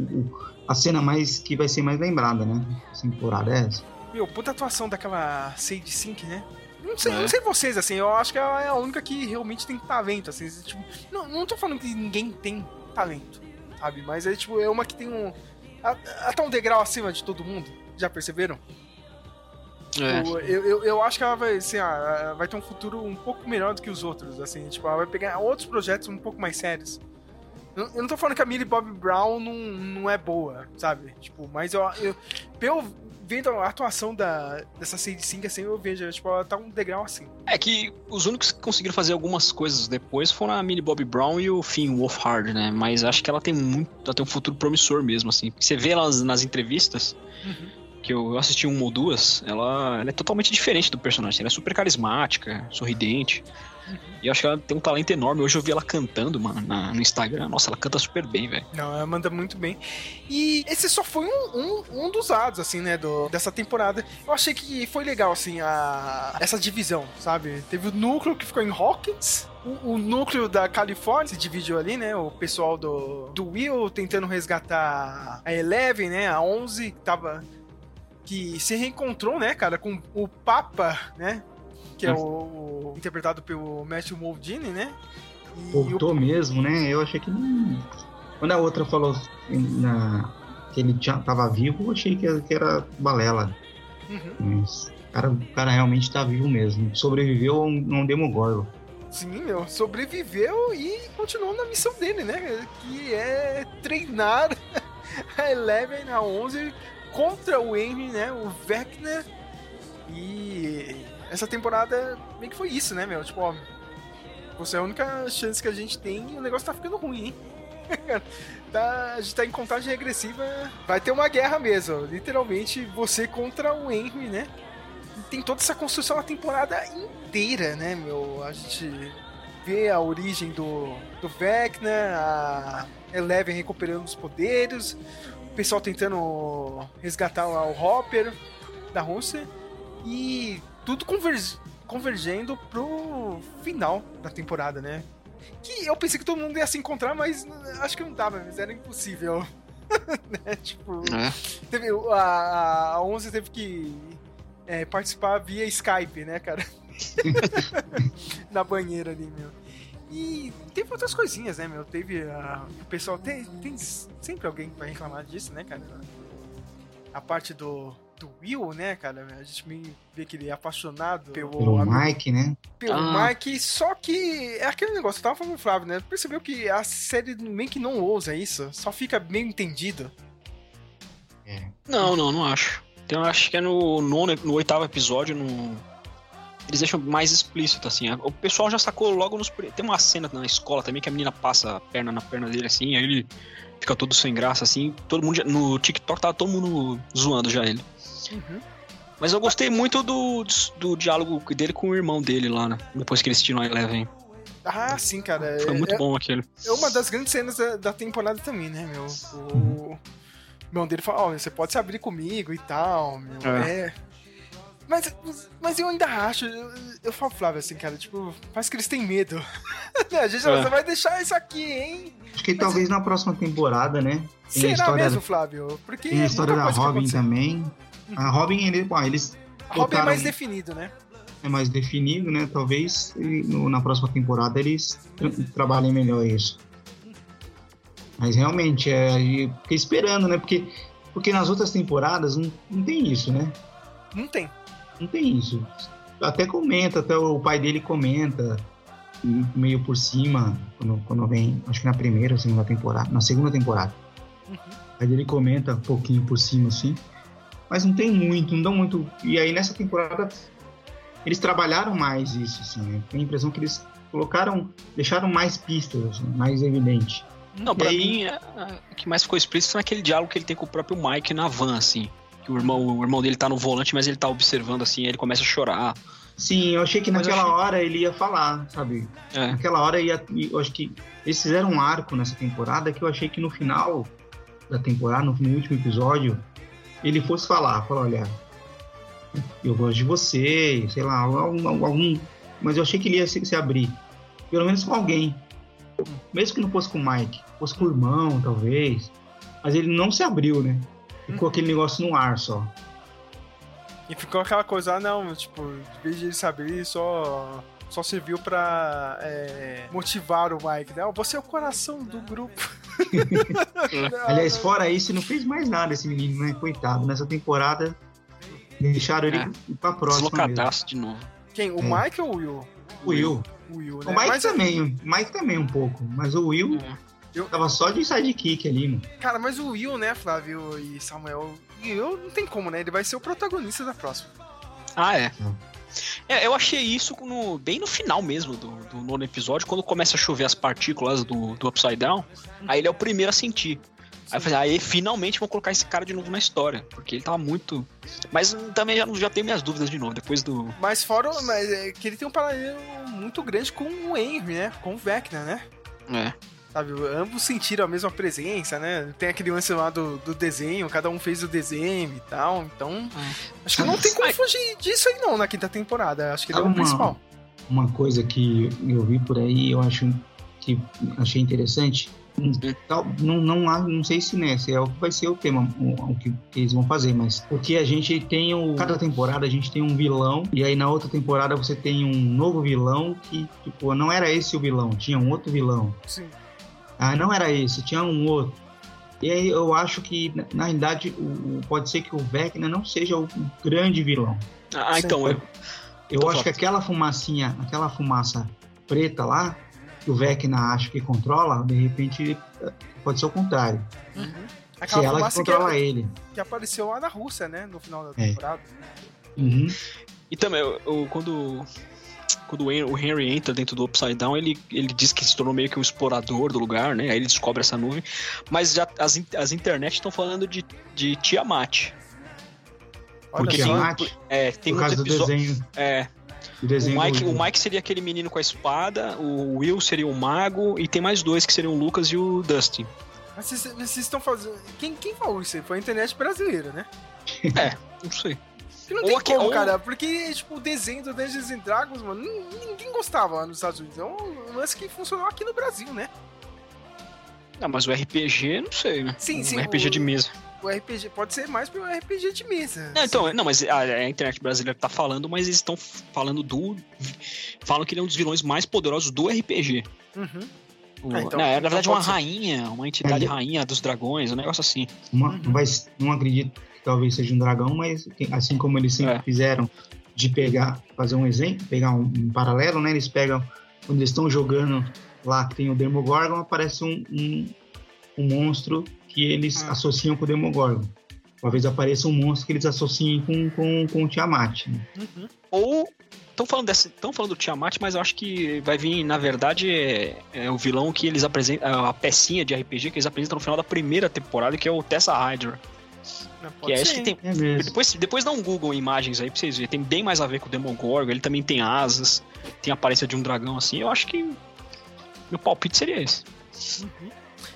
a cena que vai ser mais lembrada, né, essa temporada é essa. Meu, puta atuação daquela Sadie Sink, né? Não sei vocês, assim, eu acho que ela é a única que realmente tem talento, assim, tipo... Não tô falando que ninguém tem talento, sabe? Mas é, tipo, é uma que tem ela tá um degrau acima de todo mundo, já perceberam? Eu acho que ela vai, assim, vai ter um futuro um pouco melhor do que os outros, assim, tipo, ela vai pegar outros projetos um pouco mais sérios. Eu não tô falando que a Millie Bobby Brown não é boa, sabe? Tipo, mas vendo a atuação dessa Sadie Sink, assim, eu vejo, tipo, ela tá um degrau assim. É que os únicos que conseguiram fazer algumas coisas depois foram a Millie Bobby Brown e o Finn Wolfhard, né? Mas acho que ela tem um futuro promissor mesmo, assim. Você vê ela nas entrevistas, que eu assisti uma ou duas, ela é totalmente diferente do personagem. Ela é super carismática, sorridente. E eu acho que ela tem um talento enorme. Hoje eu vi ela cantando, mano, no Instagram. Nossa, ela canta super bem, velho. Não, ela manda muito bem. E esse só foi um dos lados, assim, né, dessa temporada. Eu achei que foi legal, assim, essa divisão, sabe? Teve o núcleo que ficou em Hawkins, o núcleo da Califórnia se dividiu ali, né? O pessoal do Will tentando resgatar a Eleven, né? A 11 que se reencontrou, né, cara, com o Papa, né? Que é o interpretado pelo Matthew Modine, né? E voltou mesmo, né? Eu achei que não... Quando a outra falou que ele tava vivo, eu achei que era balela. Mas o cara realmente tá vivo mesmo. Sobreviveu a um Demogorgon. Sim, meu. Sobreviveu e continuou na missão dele, né? Que é treinar a Eleven, a 11, contra o Henry, né? O Vecna. E... essa temporada meio que foi isso, né, meu? Tipo, ó, você é a única chance que a gente tem e o negócio tá ficando ruim, hein? A gente tá em contagem regressiva, vai ter uma guerra mesmo. Literalmente, você contra o Henry, né? E tem toda essa construção na temporada inteira, né, meu? A gente vê a origem do Vecna, a Eleven recuperando os poderes, o pessoal tentando resgatar o Hopper da Rússia e... tudo convergendo pro final da temporada, né? Que eu pensei que todo mundo ia se encontrar, mas acho que não dava, mas era impossível. Né? Tipo, a 11 teve que participar via Skype, né, cara? Na banheira ali, meu. E teve outras coisinhas, né, meu? Teve o pessoal... Tem sempre alguém que vai reclamar disso, né, cara? A parte do Will, né, cara? A gente vê que ele é apaixonado pelo Mike, né? Pelo Mike, só que é aquele negócio, eu tava falando com o Flávio, né? Percebeu que a série meio que não ousa isso, só fica meio entendido. Não acho. Então eu acho que é no 8º episódio, eles deixam mais explícito, assim. O pessoal já sacou logo tem uma cena na escola também que a menina passa a perna na perna dele, assim, aí ele fica todo sem graça, assim. Todo mundo no TikTok tava todo mundo zoando já ele. Mas eu gostei muito do diálogo dele com o irmão dele lá, né? Depois que eles tiram a Eleven. Ah, sim, cara. Foi muito bom aquele. É uma das grandes cenas da temporada também, né, meu? O irmão dele fala, você pode se abrir comigo e tal, meu. Mas eu ainda acho, eu falo, Flávio, assim, cara, tipo, parece que eles têm medo. A gente só vai deixar isso aqui, hein? Acho que talvez na próxima temporada, né? Será a história mesmo, Flávio? Porque tem a história da Robin também. A Robin, eles... A Robin é mais definido, né? É mais definido, né? Talvez na próxima temporada eles trabalhem melhor isso. Mas realmente, fiquei esperando, né? Porque nas outras temporadas não tem isso, né? Não tem isso. Até o pai dele comenta meio por cima, quando vem, acho que na primeira ou segunda temporada, na segunda temporada. Aí ele comenta um pouquinho por cima, assim, mas não tem muito, não dão muito. E aí nessa temporada eles trabalharam mais isso, assim, né? Tem a impressão que eles deixaram mais pistas, assim, mais evidente. Não, pra mim, o que mais ficou explícito foi aquele diálogo que ele tem com o próprio Mike na van, assim. Que o irmão dele tá no volante, mas ele tá observando, assim, aí ele começa a chorar. Sim, eu achei que naquela hora ele ia falar, sabe? Naquela hora eu acho que eles fizeram um arco nessa temporada que eu achei que no final da temporada, no último episódio, ele fosse falar, olha, eu gosto de você, sei lá, algum... Mas eu achei que ele ia se abrir, pelo menos com alguém. Mesmo que não fosse com o Mike, fosse com o irmão, talvez. Mas ele não se abriu, né? Ficou aquele negócio no ar só. E ficou aquela coisa, tipo, em vez de ele se abrir, só serviu pra motivar o Mike, né? Você é o coração do grupo. Aliás, fora isso, não fez mais nada esse menino, né? Coitado. Nessa temporada, deixaram ele ir pra próxima. Deslocadaço de novo. Quem? O Mike ou o Will? O Will. O Will, né? O Mike também um pouco, mas o Will... Eu tava só de sidekick ali, mano. Cara, mas o Will, né, Flávio e Samuel, Will não tem como, né? Ele vai ser o protagonista da próxima. Ah, é. Eu achei isso bem no final mesmo do 9º episódio, quando começa a chover as partículas do Upside Down, aí ele é o primeiro a sentir. Aí eu falei, aí finalmente vão colocar esse cara de novo na história, porque ele tava muito... Mas também já tenho minhas dúvidas de novo, depois do... Mas é que ele tem um paralelo muito grande com o Henry, né? Com o Vecna, né? É. Sabe, ambos sentiram a mesma presença, né? Tem aquele lance lá do desenho, cada um fez o desenho e tal, então... Acho que não tem como fugir disso aí não, na 5ª temporada. Acho que ele é o principal. Uma coisa que eu vi por aí, eu acho que achei interessante... Não sei se é o que vai ser o tema, o que eles vão fazer, mas porque a gente tem cada temporada a gente tem um vilão, e aí na outra temporada você tem um novo vilão que, tipo, não era esse o vilão, tinha um outro vilão. Sim. Ah, não era esse, tinha um outro. E aí eu acho que, na realidade, pode ser que o Vecna não seja o grande vilão. Então... Eu acho que aquela fumaça preta lá, que o Vecna acha que controla, de repente pode ser o contrário. Uhum. Se ela que controla ele. Que apareceu lá na Rússia, né? No final da temporada. Uhum. E também, quando o Henry entra dentro do Upside Down, ele diz que se tornou meio que um explorador do lugar, né? Aí ele descobre essa nuvem. Mas já as internet estão falando de Tiamat. Porque tem por causa do desenho. O Mike seria aquele menino com a espada, o Will seria o mago, e tem mais 2 que seriam o Lucas e o Dustin. Mas vocês estão fazendo... Quem falou isso aí? Foi a internet brasileira, né? Não sei. Porque não tem como, cara, porque, tipo, o desenho do Dungeons & Dragons, mano, ninguém gostava lá nos Estados Unidos. É um lance que funcionou aqui no Brasil, né? Não, mas o RPG, não sei, né? Sim. RPG de mesa. O RPG pode ser mais pro RPG de mesa. Mas a internet brasileira tá falando, mas eles estão falando falam que ele é um dos vilões mais poderosos do RPG. Uhum. Na verdade, uma rainha, uma entidade rainha dos dragões, um negócio assim. Não acredito que talvez seja um dragão, mas assim como eles sempre fizeram de fazer um exemplo, pegar um paralelo, né? Eles pegam, quando eles estão jogando lá que tem o Demogorgon, aparece um monstro que eles associam com o Demogorgon. Talvez apareça um monstro que eles associem com o Tiamat. Né? Uhum. Ou estão falando do Tiamat, mas eu acho que vai vir, na verdade, é o vilão que eles apresentam, a pecinha de RPG que eles apresentam no final da 1ª temporada, que é o Tessa Hydra. Que é esse que tem. Depois dá um Google em imagens aí pra vocês verem. Tem bem mais a ver com o Demogorgon. Ele também tem asas, tem a aparência de um dragão assim. Eu acho que meu palpite seria esse. Uhum.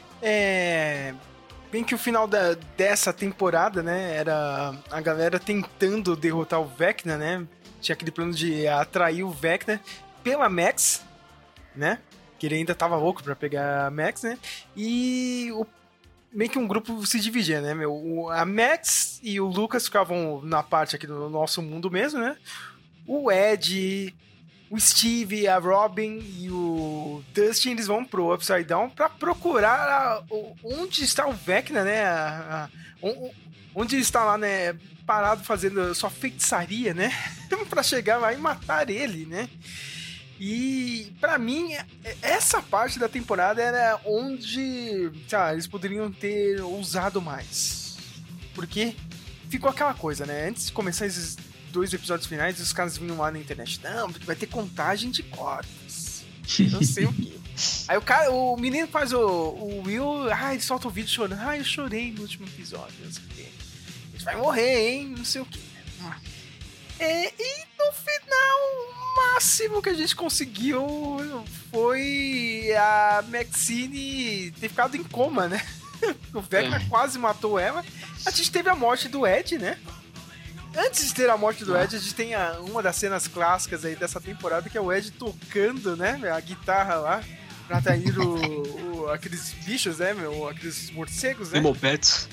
Bem que o final dessa temporada, né, era a galera tentando derrotar o Vecna, né? Tinha aquele plano de atrair o Vecna pela Max, né? Que ele ainda tava louco pra pegar a Max, né? E meio que um grupo se dividia, né? A Max e o Lucas ficavam na parte aqui do nosso mundo mesmo, né? O Ed, o Steve, a Robin e o Dustin, eles vão pro Upside Down pra procurar onde está o Vecna, né? Onde ele está lá, né? Parado fazendo sua feitiçaria, né? Pra chegar lá e matar ele, né? E pra mim, essa parte da temporada era onde eles poderiam ter ousado mais. Porque ficou aquela coisa, né? Antes de começar esses 2 episódios finais, os caras vinham lá na internet. Não, porque vai ter contagem de cortes. Não sei o quê. Aí o menino faz o Will, ele solta o vídeo chorando. Eu chorei no último episódio, não sei o quê. Ele vai morrer, hein? Não sei o quê. E no final, o máximo que a gente conseguiu foi a Maxine ter ficado em coma, né? O Vecna quase matou ela. A gente teve a morte do Ed, né? Antes de ter a morte do Ed, a gente tem uma das cenas clássicas aí dessa temporada, que é o Ed tocando, né, a guitarra lá, pra atrair aqueles bichos, né, aqueles morcegos, né? Demopets.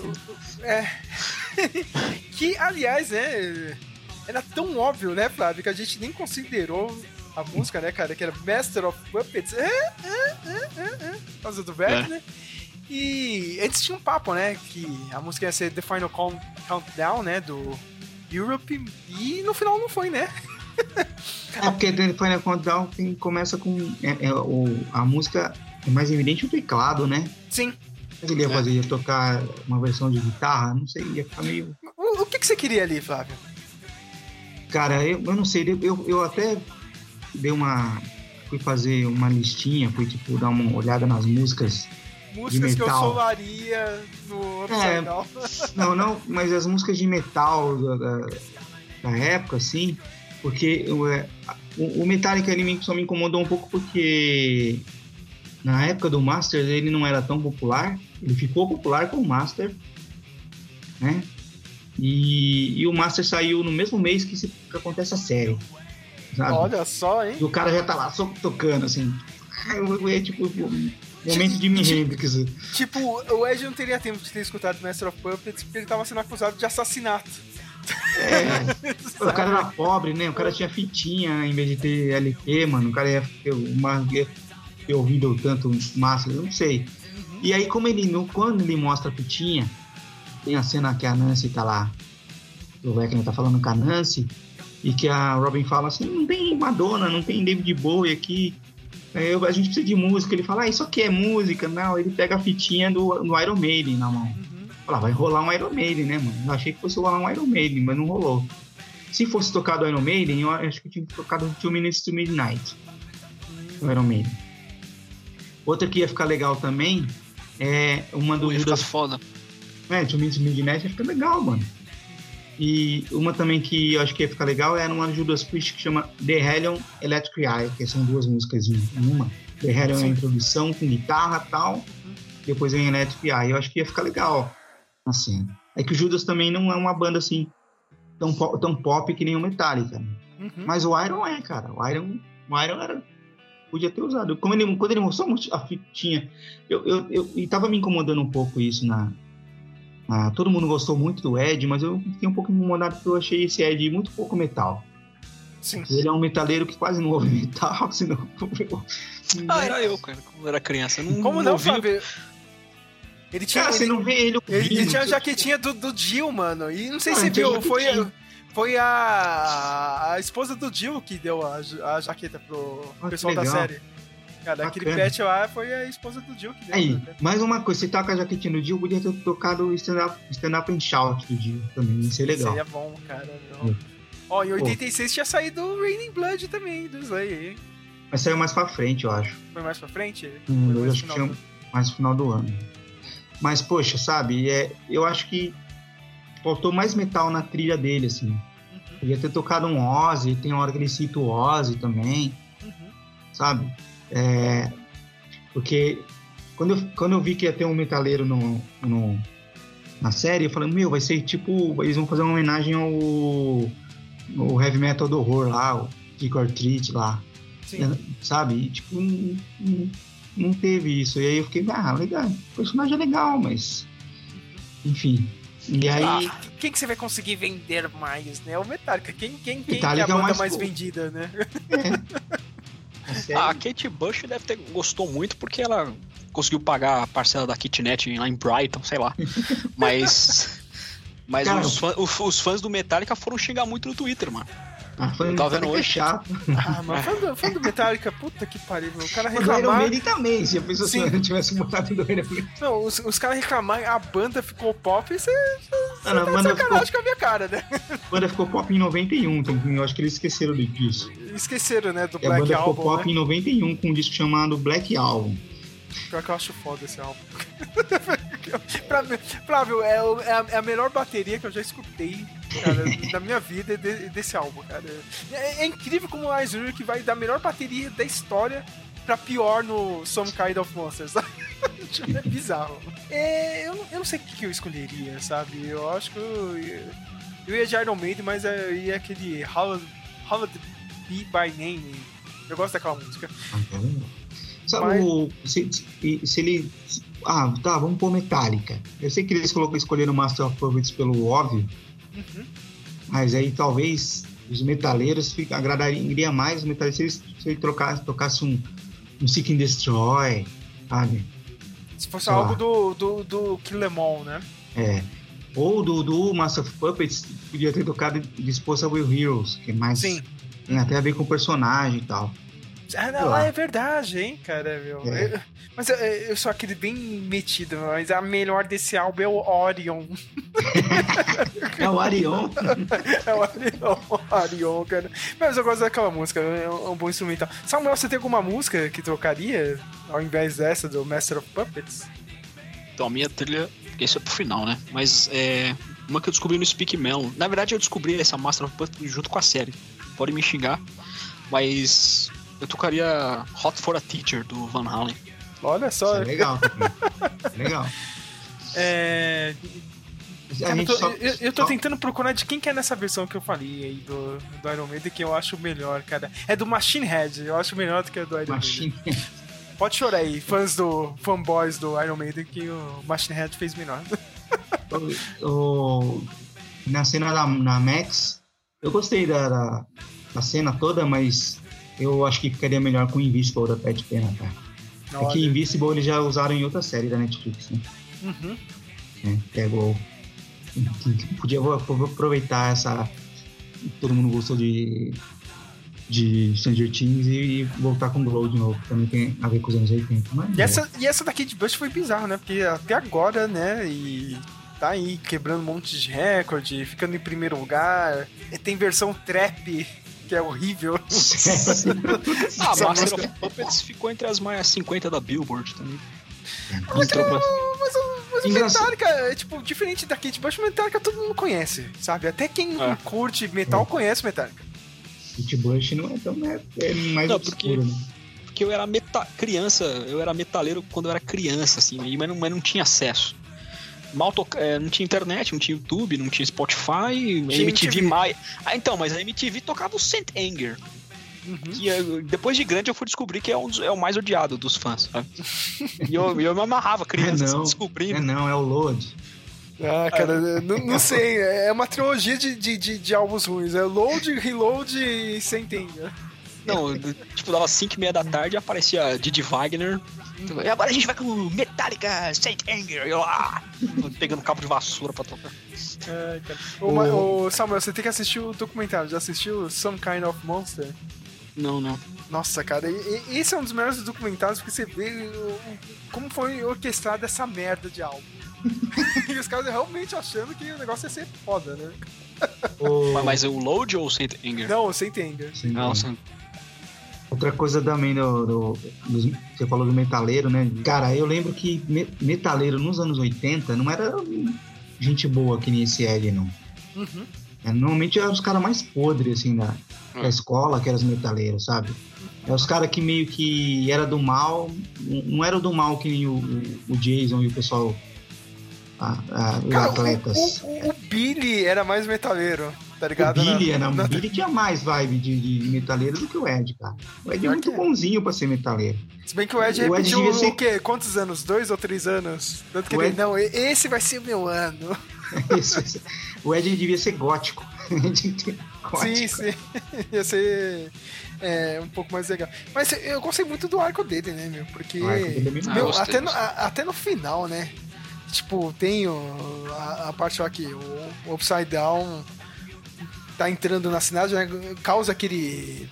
Que, aliás, né, era tão óbvio, né, Flávio, que a gente nem considerou a música, né, cara, que era Master of Puppets, por causa do Vecna, né? E antes tinha um papo, né, que a música ia ser The Final Countdown, né, do Europe, e no final não foi, né? Porque The Final Countdown começa com... a música é mais evidente o teclado, né? Sim. Mas ele ia tocar uma versão de guitarra, não sei, ia ficar meio... O que você queria ali, Flávio? Cara, eu não sei, eu até fui fazer uma listinha, fui tipo dar uma olhada nas músicas de metal. Que eu solaria no Upside Down. Não, mas as músicas de metal da época, assim, porque o Metallica ele só me incomodou um pouco porque na época do Master ele não era tão popular, ele ficou popular com o Master, né? E o Master saiu no mesmo mês que acontece a série, sabe? Olha só, hein? E o cara já tá lá só tocando, assim. É tipo momento de Jimi Hendrix. Tipo, o Ed não teria tempo de ter escutado Master of Puppets porque ele tava sendo acusado de assassinato. O cara era pobre, né? O cara tinha fitinha em vez de ter LP, mano. O cara ia ter ouvido tanto Master, eu não sei. E aí, quando ele mostra a fitinha, tem a cena que a Nancy tá lá, o Wagner tá falando com a Nancy, e que a Robin fala assim, não tem Madonna, não tem David Bowie aqui, a gente precisa de música. Ele fala, isso aqui é música? Não, ele pega a fitinha do Iron Maiden na mão. Fala, vai rolar um Iron Maiden, né, mano? Eu achei que fosse rolar um Iron Maiden, mas não rolou. Se fosse tocado Iron Maiden, eu acho que tinha tocado 2 Minutes to Midnight, o Iron Maiden. Outra que ia ficar legal também é uma do Judas foda. 2 Minutes to Midnight ia ficar legal, mano. E uma também que eu acho que ia ficar legal era uma Judas Priest que chama The Hellion Electric Eye, que são 2 músicas em uma. The Hellion é a introdução com guitarra e tal, depois vem Electric Eye. Eu acho que ia ficar legal na cena. É que o Judas também não é uma banda assim tão pop que nem o Metallica. Mas o Iron é, cara. O Iron era... Podia ter usado. Quando ele mostrou a fitinha, e tava me incomodando um pouco isso todo mundo gostou muito do Ed, mas eu fiquei um pouco incomodado porque eu achei esse Ed muito pouco metal. Sim. Ele é um metaleiro que quase não ouve metal, senão... era eu, cara, quando era criança. Como não, Fábio? Ele tinha... Cara, você não vê ele... Ele tinha a jaquetinha do Jill, mano. E não sei se você viu, foi a esposa do Jill que deu a jaqueta pro pessoal da série. Cara, aquele pet lá foi a esposa do Jill que deu. Aí, mais uma coisa, você tá com a jaquetinha do Jill, podia ter tocado o Stand Up and Shout do Jill também, ia ser legal. Seria bom, cara. Ó, em 86 tinha saído o Raining Blood também, do Slayer. Mas saiu mais pra frente, eu acho. Foi mais pra frente? Eu acho que tinha mais no final do ano. Mas, poxa, sabe, eu acho que faltou mais metal na trilha dele, assim. Podia ter tocado um Ozzy, tem uma hora que ele cita o Ozzy também, sabe? Porque quando eu vi que ia ter um metaleiro na série, eu falei, vai ser tipo, eles vão fazer uma homenagem ao heavy metal do horror lá, o Trick or Treat lá. Sim. Sabe? E, tipo, não teve isso. E aí eu fiquei, legal, o personagem é legal, mas enfim. E aí... quem que você vai conseguir vender mais, né? O Metallica. Quem Metallica é a banda mais vendida, né? A Kate Bush deve ter gostou muito porque ela conseguiu pagar a parcela da kitnet lá em Brighton, sei lá. Mas cara, os fãs do Metallica foram xingar muito no Twitter, mano. Eu tava vendo hoje. É chato. Mas fã do Metallica, puta que pariu, meu. O cara reclamar... Mas o Iron Maiden também, se a pessoa não tivesse botado do Iron Maiden. Não, os caras reclamarem, a banda ficou pop, você tá sacanagem com a minha cara, né? A banda ficou pop em 91, então eu acho que eles esqueceram disso. Esqueceram, né, do Black Album. A banda ficou pop né? em 91 com um disco chamado Black Album. Pior que eu acho foda esse álbum. Flávio, é a melhor bateria que eu já escutei, cara, da minha vida desse álbum, cara. É incrível como o Ice Rick vai da melhor bateria da história pra pior no Some Kind of Monsters. É bizarro. Eu não sei o que eu escolheria, sabe? Eu acho que eu ia de Iron Maiden, mas eu ia aquele Hallowed Be By Name. Eu gosto daquela música. Sabe, se ele... vamos pôr Metallica. Eu sei que eles escolheram o Master of Puppets pelo óbvio, mas aí talvez os metaleiros agradariam mais os metaleiros se ele tocasse um Seek and Destroy, sabe? Se fosse algo do Kill Em All, né? Ou do Master of Puppets, podia ter tocado Disposable Heroes, que é mais... Sim. Tem até a ver com o personagem e tal. É verdade, hein, cara, meu. Mas eu sou aquele bem metido, mas a melhor desse álbum é o Orion. É o Arion. É o Orion, cara. Mas eu gosto daquela música, é um bom instrumental. Samuel, você tem alguma música que trocaria ao invés dessa do Master of Puppets? Então, a minha trilha, isso é pro final, né? Mas uma que eu descobri no Speak Melon. Na verdade, eu descobri essa Master of Puppets junto com a série. Pode me xingar, mas eu tocaria Hot for a Teacher, do Van Halen. Olha só. Isso é legal também. Legal. Cara, eu tô tentando procurar de quem que é nessa versão que eu falei aí do Iron Maiden, que eu acho melhor, cara. É do Machine Head, eu acho melhor do que a do Iron Maiden. Pode chorar aí, fanboys do Iron Maiden, que o Machine Head fez melhor. Na cena na Max, eu gostei da cena toda, mas eu acho que ficaria melhor com o Invisible da Pat Pena, cara. É que Invisible eles já usaram em outra série da Netflix, né? Uhum. Pegou. Podia aproveitar essa. Todo mundo gostou de Stranger Things e voltar com Glow de novo. Também tem a ver com os anos 80. E essa da Kate Bush foi bizarra, né? Porque até agora, né? E tá aí quebrando um monte de recorde, ficando em primeiro lugar. E tem versão trap, que é horrível. A Master of Puppets ficou entre as mais 50 da Billboard também. Mas o Metallica, tipo, diferente da Kate Bush, o Metallica todo mundo conhece, sabe? Até quem curte metal conhece o Metallica. Kate Bush não é tão... É mais obscuro, né? Porque eu era criança, eu era metaleiro quando eu era criança, assim, mas não tinha acesso. Não tinha internet, não tinha YouTube, não tinha Spotify, MTV mais. Mas a MTV tocava o Saint Anger. Uhum. Que depois de grande eu fui descobrir que é o mais odiado dos fãs, sabe? E eu me amarrava criança descobrindo. É o Load. Ah, cara, não sei, é uma trilogia de álbuns ruins, é Load, Reload e Saint Anger. Não, tipo, dava 5:30 da tarde e aparecia Didi Wagner. E agora a gente vai com Metallica, Saint Anger, pegando cabo de vassoura pra tocar. Cara. Ô, Samuel, você tem que assistir o documentário. Já assistiu Some Kind of Monster? Não. Nossa, cara, esse é um dos melhores documentários porque você vê como foi orquestrada essa merda de álbum. E os caras realmente achando que o negócio ia ser foda, né? Mas é o Load ou o Saint Anger? Não, o Saint Anger. Outra coisa também você falou do metaleiro, né? Cara, eu lembro que metaleiro nos anos 80 não era gente boa que nem esse Ed, não. Uhum. Normalmente eram os caras mais podres, assim, da escola, que eram os metaleiros, sabe? É os caras que meio que era do mal, não era do mal que nem o Jason e o pessoal, os atletas. O Billy era mais metaleiro, tá ligado? O Billy tinha mais vibe de metaleiro do que o Ed, cara. O Ed é muito bonzinho pra ser metaleiro. Se bem que o Ed repetiu o quê? Quantos anos? 2 ou 3 anos? Tanto que não, esse vai ser o meu ano. O Ed devia ser gótico. Sim. Ia ser um pouco mais legal. Mas eu gostei muito do arco dele, né, meu? Porque até no final, né? Tipo, tem a parte lá que o Upside Down tá entrando na cidade, né? Causa aquele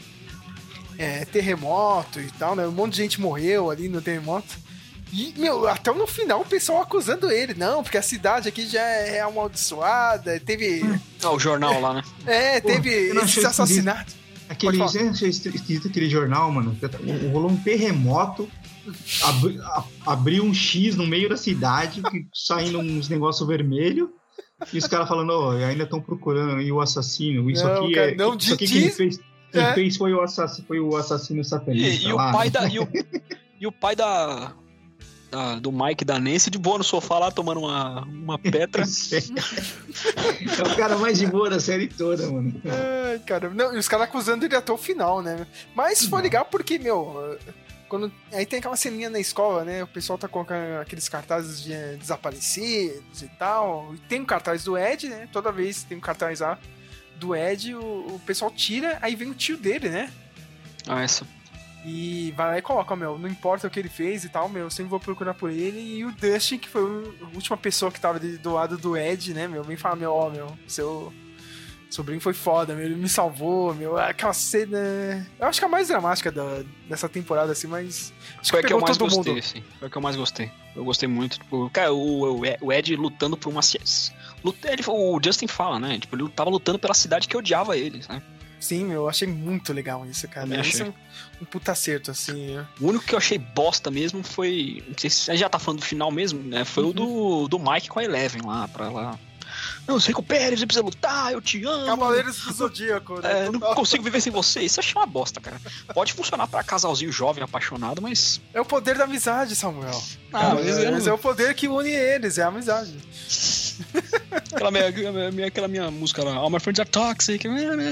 terremoto e tal, né? Um monte de gente morreu ali no terremoto. E, meu, até no final o pessoal acusando ele. Não, porque a cidade aqui já é amaldiçoada. Teve... o jornal lá, né? Teve esses assassinatos. Você achou esquisito aquele jornal, mano? Rolou um terremoto, abriu um X no meio da cidade, saindo uns negócios vermelhos. E os caras falando, ainda estão procurando aí o assassino. Isso não, aqui cara, isso aqui que ele fez. Quem fez foi o assassino satanista. E o pai do Mike da Nancy de boa no sofá lá tomando uma Petra. É o cara mais de boa da série toda, mano. Cara, não, e os caras acusando ele até o final, né? Mas foi legal porque, meu, aí tem aquela ceninha na escola, né? O pessoal tá colocando aqueles cartazes de desaparecidos e tal. E tem um cartaz do Ed, né? Toda vez tem um cartaz lá do Ed, o pessoal tira, aí vem o tio dele, né? Essa. E vai lá e coloca, meu, não importa o que ele fez e tal, meu, eu sempre vou procurar por ele. E o Dustin, que foi a última pessoa que tava do lado do Ed, né, meu, vem falar, seu Sobrinho foi foda, meu. Ele me salvou, meu. Aquela cena. Eu acho que é a mais dramática dessa temporada, assim, mas. Acho Foi que a que eu pegou mais todo gostei, mundo. assim. Foi a que eu mais gostei. Eu gostei muito. Tipo, cara, o Ed lutando por uma. O Justin fala, né? Tipo, ele tava lutando pela cidade que odiava ele, sabe? Sim, meu, eu achei muito legal isso, cara. Também Isso achei. é um puta acerto, assim. O único que eu achei bosta mesmo foi. Não sei se a gente já tá falando do final mesmo, né? Foi o do Mike com a Eleven lá, pra lá. Não, se recupere, você precisa lutar, eu te amo. Cavaleiros do Zodíaco, né? Não consigo viver sem você. Isso eu achei uma bosta, cara. Pode funcionar pra casalzinho jovem, apaixonado, mas. É o poder da amizade, Samuel. Ah, mas eu não- Esse é o poder que une eles, é a amizade. Aquela minha música lá, All My Friends Are Toxic.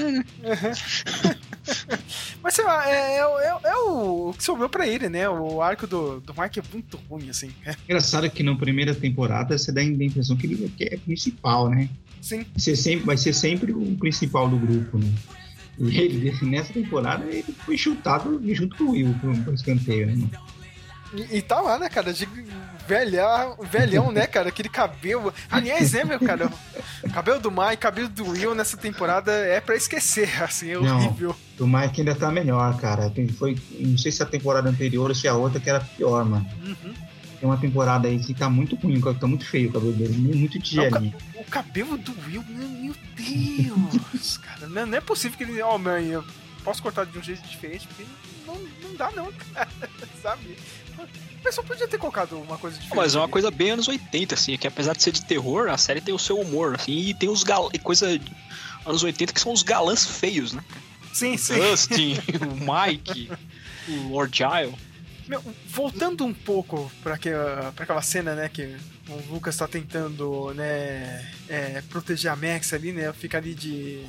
Mas sei lá, é o que sobrou pra ele, né? O arco do Mike é muito ruim, assim. Engraçado que na primeira temporada você dá a impressão que ele é principal, né? Sim. Vai ser sempre o principal do grupo, né? E ele, nessa temporada, ele foi chutado junto com o Will pro escanteio, né? E tá lá, né, cara? De velhão, né, cara? Aquele cabelo. Aliás, né, meu cara? O cabelo do Mike, cabelo do Will nessa temporada é pra esquecer, assim, é horrível. O Mike ainda tá melhor, cara. Não sei se a temporada anterior ou se a outra que era pior, mano. Uhum. Tem uma temporada aí que tá muito ruim, tá muito feio o cabelo dele, muito tigelinho. O cabelo do Will, meu Deus, cara. Não é possível que ele. Ó, mãe, eu posso cortar de um jeito diferente, porque não dá, não, cara. Sabe? O pessoal podia ter colocado uma coisa diferente. Mas é uma coisa bem anos 80, assim, que apesar de ser de terror, a série tem o seu humor, assim, e tem coisa anos 80 que são os galãs feios, né? Sim, sim. Dustin, o Mike, o Lord Giles. Meu, voltando um pouco pra aquela cena, né, que o Lucas tá tentando, né, proteger a Max ali, né, fica ali de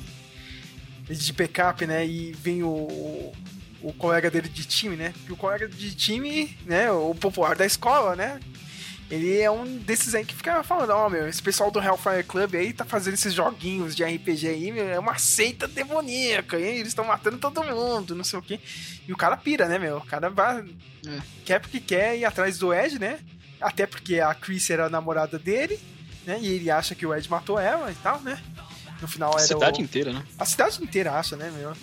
backup, né, e vem o colega dele de time, né, e o colega de time, né, o popular da escola, né, ele é um desses aí que fica falando, ó, meu, esse pessoal do Hellfire Club aí tá fazendo esses joguinhos de RPG aí, meu, é uma seita demoníaca, hein? Eles estão matando todo mundo, não sei o quê. E o cara pira, né, meu? O cara vai, quer porque quer ir atrás do Ed, né? Até porque a Chris era a namorada dele, né? E ele acha que o Ed matou ela e tal, né? No final era a cidade inteira, né? A cidade inteira acha, né, meu?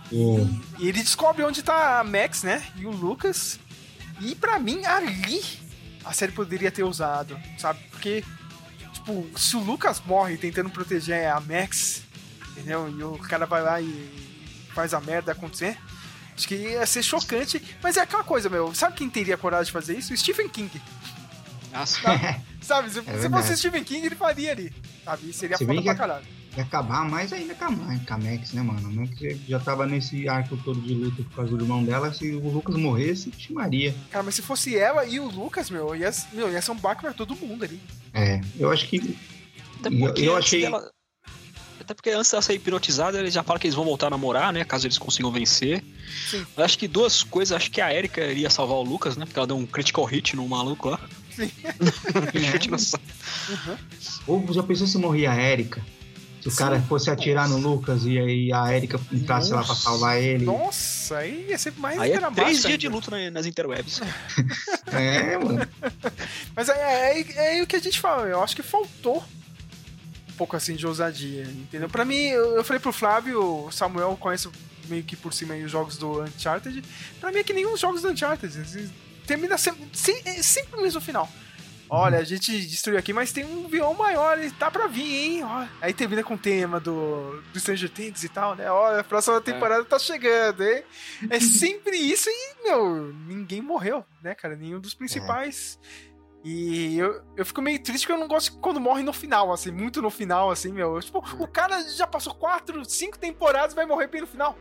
E ele descobre onde tá a Max, né? E o Lucas. E pra mim, ali a série poderia ter usado, sabe? Porque, tipo, se o Lucas morre tentando proteger a Max, entendeu? E o cara vai lá e faz a merda acontecer, acho que ia ser chocante. Mas é aquela coisa, meu. Sabe quem teria coragem de fazer isso? O Stephen King. Nossa. Sabe? Se fosse o Stephen King, ele faria ali. Sabe? Seria foda pra caralho. Ia acabar mais ainda com a Max, né, mano? A Max já tava nesse arco todo de luta por causa do irmão dela. Se o Lucas morresse, Maria. Cara, mas se fosse ela e o Lucas, meu, ia ser um baque pra todo mundo ali. Eu acho que... Eu achei... Até porque antes dela ser hipnotizada, eles já falam que eles vão voltar a namorar, né? Caso eles consigam vencer. Sim. Eu acho que duas coisas. Acho que a Erika iria salvar o Lucas, né? Porque ela deu um critical hit no maluco lá. Sim. Chute no saco. Ou já pensou se morria a Erika? Se o cara fosse atirar no Lucas e aí a Erika entrasse lá pra salvar ele. Nossa, aí ia ser mais aí dramático. 3 dias de luta nas interwebs. Mano. Mas é o que a gente fala. Eu acho que faltou um pouco assim de ousadia, entendeu? Pra mim, eu falei pro Flávio, o Samuel conhece meio que por cima aí os jogos do Uncharted. Pra mim é que nem os jogos do Uncharted. Assim, termina sempre o mesmo final. Olha, a gente destruiu aqui, mas tem um vilão maior, ele tá pra vir, hein? Olha. Aí termina com o tema do Stranger Things e tal, né? Olha, a próxima temporada tá chegando, hein? É sempre isso e, meu, ninguém morreu, né, cara? Nenhum dos principais. E eu fico meio triste porque eu não gosto quando morre no final, assim, muito no final, assim, meu. Tipo, o cara já passou 4, 5 temporadas e vai morrer bem no final.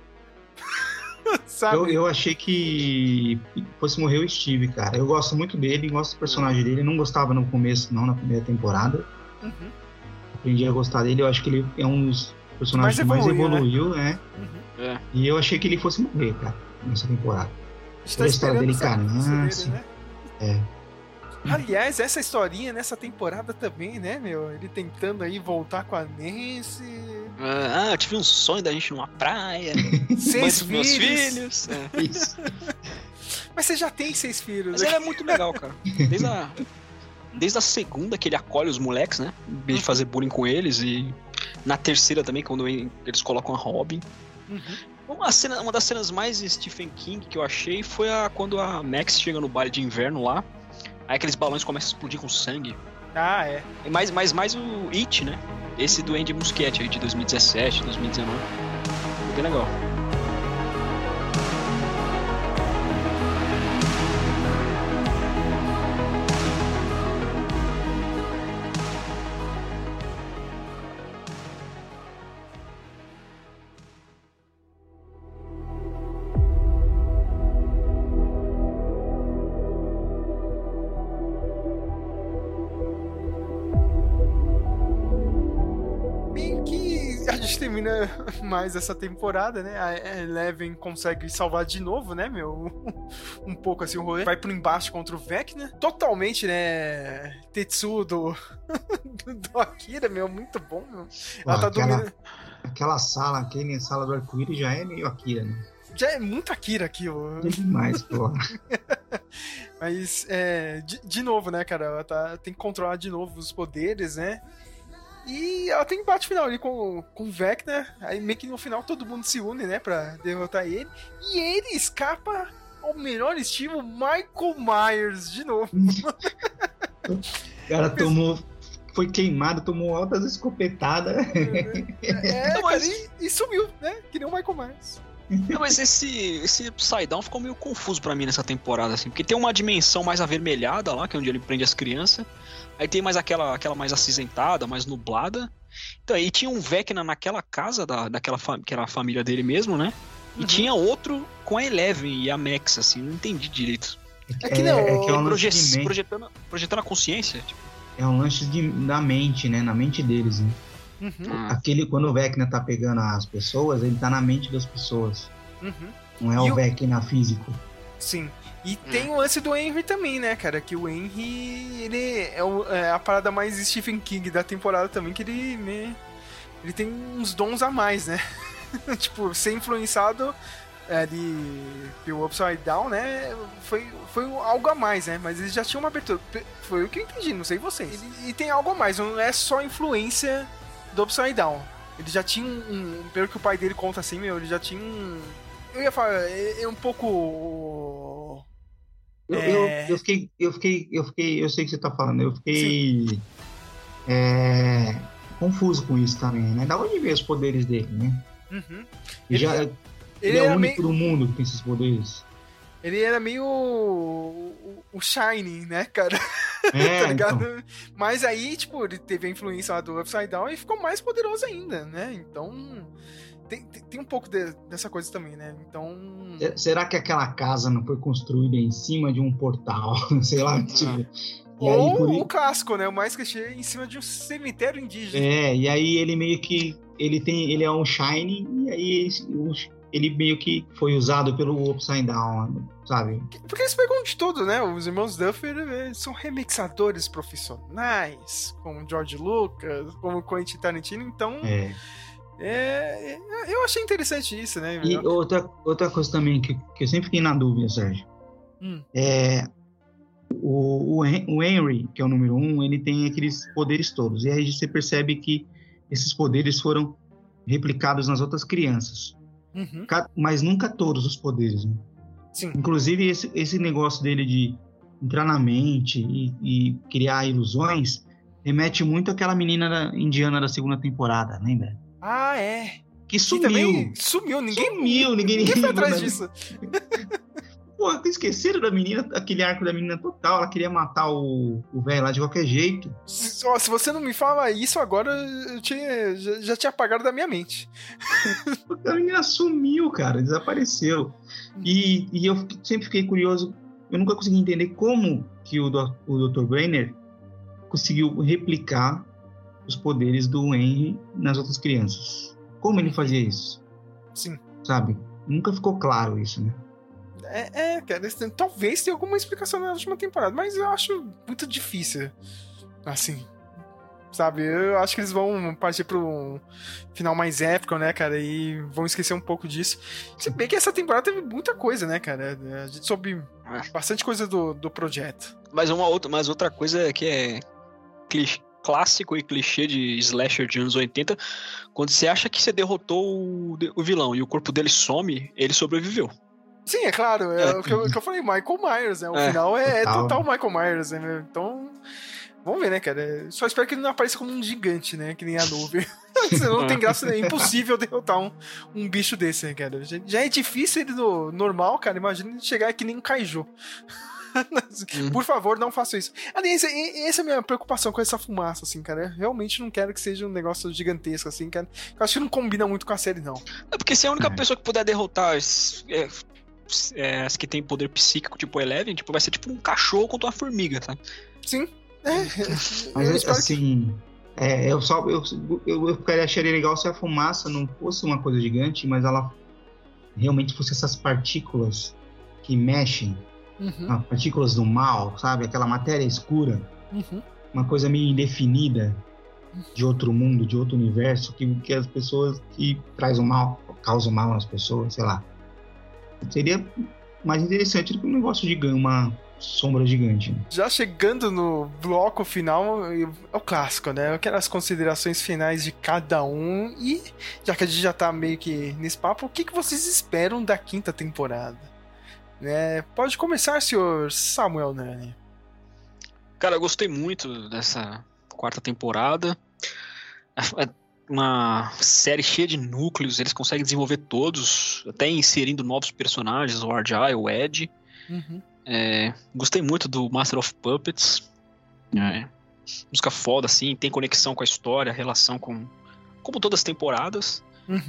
Sabe? Eu achei que fosse morrer o Steve, cara. Eu gosto muito dele, gosto do personagem dele. Eu não gostava no começo, não, na primeira temporada. Aprendi a gostar dele. Eu acho que ele é um dos personagens que mais evoluiu, né? E eu achei que ele fosse morrer, cara, nessa temporada. A história dele, canança. Né? Aliás, essa historinha nessa temporada também, né, meu? Ele tentando aí voltar com a Nancy. Eu tive um sonho da gente numa praia. 6 filhos. Meus filhos. Isso. Mas você já tem 6 filhos. Mas ele é muito legal, cara. Desde a segunda que ele acolhe os moleques, né? Em vez de fazer bullying com eles e Na terceira também, quando eles colocam a Robin. Uma das cenas mais Stephen King que eu achei foi quando a Max chega no baile de inverno lá. Aí aqueles balões começam a explodir com sangue. Ah, é. Mais o It, né? Esse do Andy Muschietti aí de 2017, 2019. Foi bem legal. Termina mais essa temporada, né? A Eleven consegue salvar de novo, né, meu? Um pouco assim o rolê. Vai pro embate contra o Vecna. Totalmente, né? Tetsuo do Akira, meu. Muito bom, meu. Ela tá dominando. Aquela sala do arco-íris já é meio Akira, né? Já é muito Akira aquilo. É demais, pô. Mas, de novo, né, cara? Ela tem que controlar de novo os poderes, né? E ela tem embate final ali com o Vecna. Aí meio que no final todo mundo se une, né? Pra derrotar ele. E ele escapa ao melhor estilo Michael Myers de novo. O cara foi queimado, tomou altas escopetadas. E sumiu, né? Que nem o Michael Myers. Não, mas esse Upside Down ficou meio confuso pra mim nessa temporada, assim. Porque tem uma dimensão mais avermelhada lá, que é onde ele prende as crianças. Aí tem mais aquela mais acinzentada, mais nublada. Então, aí tinha um Vecna naquela casa que era a família dele mesmo, né? E tinha outro com a Eleven e a Max, assim, não entendi direito. Que é um lance projetando a consciência. Tipo. É um lance da mente, né? Na mente deles, né? Quando o Vecna tá pegando as pessoas, ele tá na mente das pessoas. Não é o Vecna físico. Sim. E tem o lance do Henry também, né, cara? Que o Henry, ele é a parada mais Stephen King da temporada também, que ele tem uns dons a mais, né? Tipo, ser influenciado pelo Upside Down, né? Foi algo a mais, né? Mas eles já tinham uma abertura. Foi o que eu entendi, não sei vocês. E tem algo a mais, não é só influência do Upside Down. Ele já tinha pelo que o pai dele conta assim, meu, ele já tinha eu ia falar, é um pouco... Eu sei o que você tá falando, eu fiquei confuso com isso também, né? Da onde veio os poderes dele, né? Ele é o único do mundo que tem esses poderes. Ele era meio o Shining, né, cara? Tá ligado? Então. Mas aí, tipo, ele teve a influência lá do Upside Down e ficou mais poderoso ainda, né? Então... Tem um pouco dessa coisa também, né? Então... Será que aquela casa não foi construída em cima de um portal? Sei lá, tipo... Ou o clássico, né? O mais clichê em cima de um cemitério indígena. E aí ele meio que... Ele é um Shining e aí ele meio que foi usado pelo Upside Down, sabe? Porque eles pegam de tudo, né? Os irmãos Duffer são remixadores profissionais, como George Lucas, como Quentin Tarantino, então... eu achei interessante isso, né? E outra coisa também que eu sempre fiquei na dúvida, Sérgio. O Henry, que é o número 1, ele tem aqueles poderes todos. E aí você percebe que esses poderes foram replicados nas outras crianças. Mas nunca todos os poderes, né? Sim. Inclusive esse negócio dele de entrar na mente e criar ilusões remete muito àquela menina indiana da segunda temporada, lembra? Ah, é. Que sumiu. Sumiu, ninguém foi atrás disso. Pô, esqueceram da menina, aquele arco da menina total. Ela queria matar o velho lá de qualquer jeito. Se você não me fala isso agora, eu já tinha apagado da minha mente. A menina sumiu, cara, desapareceu. E eu sempre fiquei curioso, eu nunca consegui entender como que o Dr. Brainer conseguiu replicar os poderes do Henry nas outras crianças. Como ele fazia isso? Sim. Sabe? Nunca ficou claro isso, né? Cara, talvez tenha alguma explicação na última temporada, mas eu acho muito difícil. Assim, sabe? Eu acho que eles vão partir pro um final mais épico, né, cara? E vão esquecer um pouco disso. Se bem que essa temporada teve muita coisa, né, cara? A gente soube bastante coisa do projeto. Mas outra coisa que é clássico e clichê de slasher de anos 80. Quando você acha que você derrotou o vilão e o corpo dele some, ele sobreviveu. Sim, é claro. O que eu falei, Michael Myers, né? O final é total Michael Myers, né? Então, vamos ver, né, cara? Só espero que ele não apareça como um gigante, né? Que nem a nuvem. Senão não tem graça, é impossível derrotar um bicho desse, né, cara? Já é difícil ele no normal, cara. Imagina ele chegar aqui nem um kaiju. Por favor, não faça isso. Aliás, essa é a minha preocupação com essa fumaça, assim, cara. Eu realmente não quero que seja um negócio gigantesco, assim, cara. Eu acho que não combina muito com a série, não. É porque se a única pessoa que puder derrotar as que tem poder psíquico, tipo Eleven, tipo, vai ser tipo um cachorro contra uma formiga, tá? Sim. Mas assim... Eu acharia legal se a fumaça não fosse uma coisa gigante, mas ela realmente fosse essas partículas que mexem, partículas do mal, sabe? Aquela matéria escura, uma coisa meio indefinida de outro mundo, de outro universo, que as pessoas que traz o mal, causam mal nas pessoas, sei lá. Seria mais interessante do que um negócio gigante, uma sombra gigante. Já chegando no bloco final, é o clássico, né? Eu quero as considerações finais de cada um e, já que a gente já tá meio que nesse papo, o que vocês esperam da 5ª temporada? Né? Pode começar, senhor Samuel Nani. Cara, eu gostei muito dessa 4ª temporada. É uma série cheia de núcleos, eles conseguem desenvolver todos, até inserindo novos personagens, o RJ, o Ed. Gostei muito do Master of Puppets. Música foda, assim, tem conexão com a história, relação como todas as temporadas.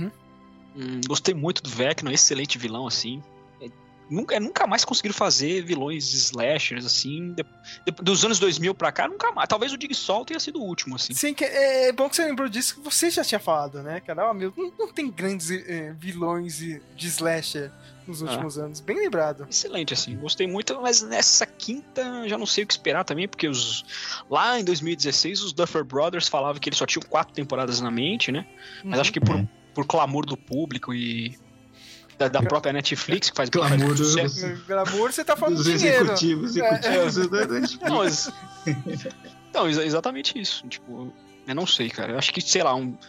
Gostei muito do Vecna, excelente vilão, assim. Nunca mais conseguiram fazer vilões slashers, assim, dos anos 2000 pra cá, nunca mais. Talvez o Jigsaw tenha sido o último, assim. Sim, é bom que você lembrou disso, que você já tinha falado, né, cara? Não tem grandes vilões de slasher nos últimos anos. Bem lembrado. Excelente, assim. Gostei muito, mas nessa 5ª já não sei o que esperar também, porque lá em 2016 os Duffer Brothers falavam que eles só tinham 4 temporadas na mente, né? Mas acho que por clamor do público e da própria Netflix, que faz clamor glamour, você tá falando dos dinheiro. executivos da Netflix. Não, exatamente isso. Tipo, eu não sei, cara. Eu acho que, sei lá, um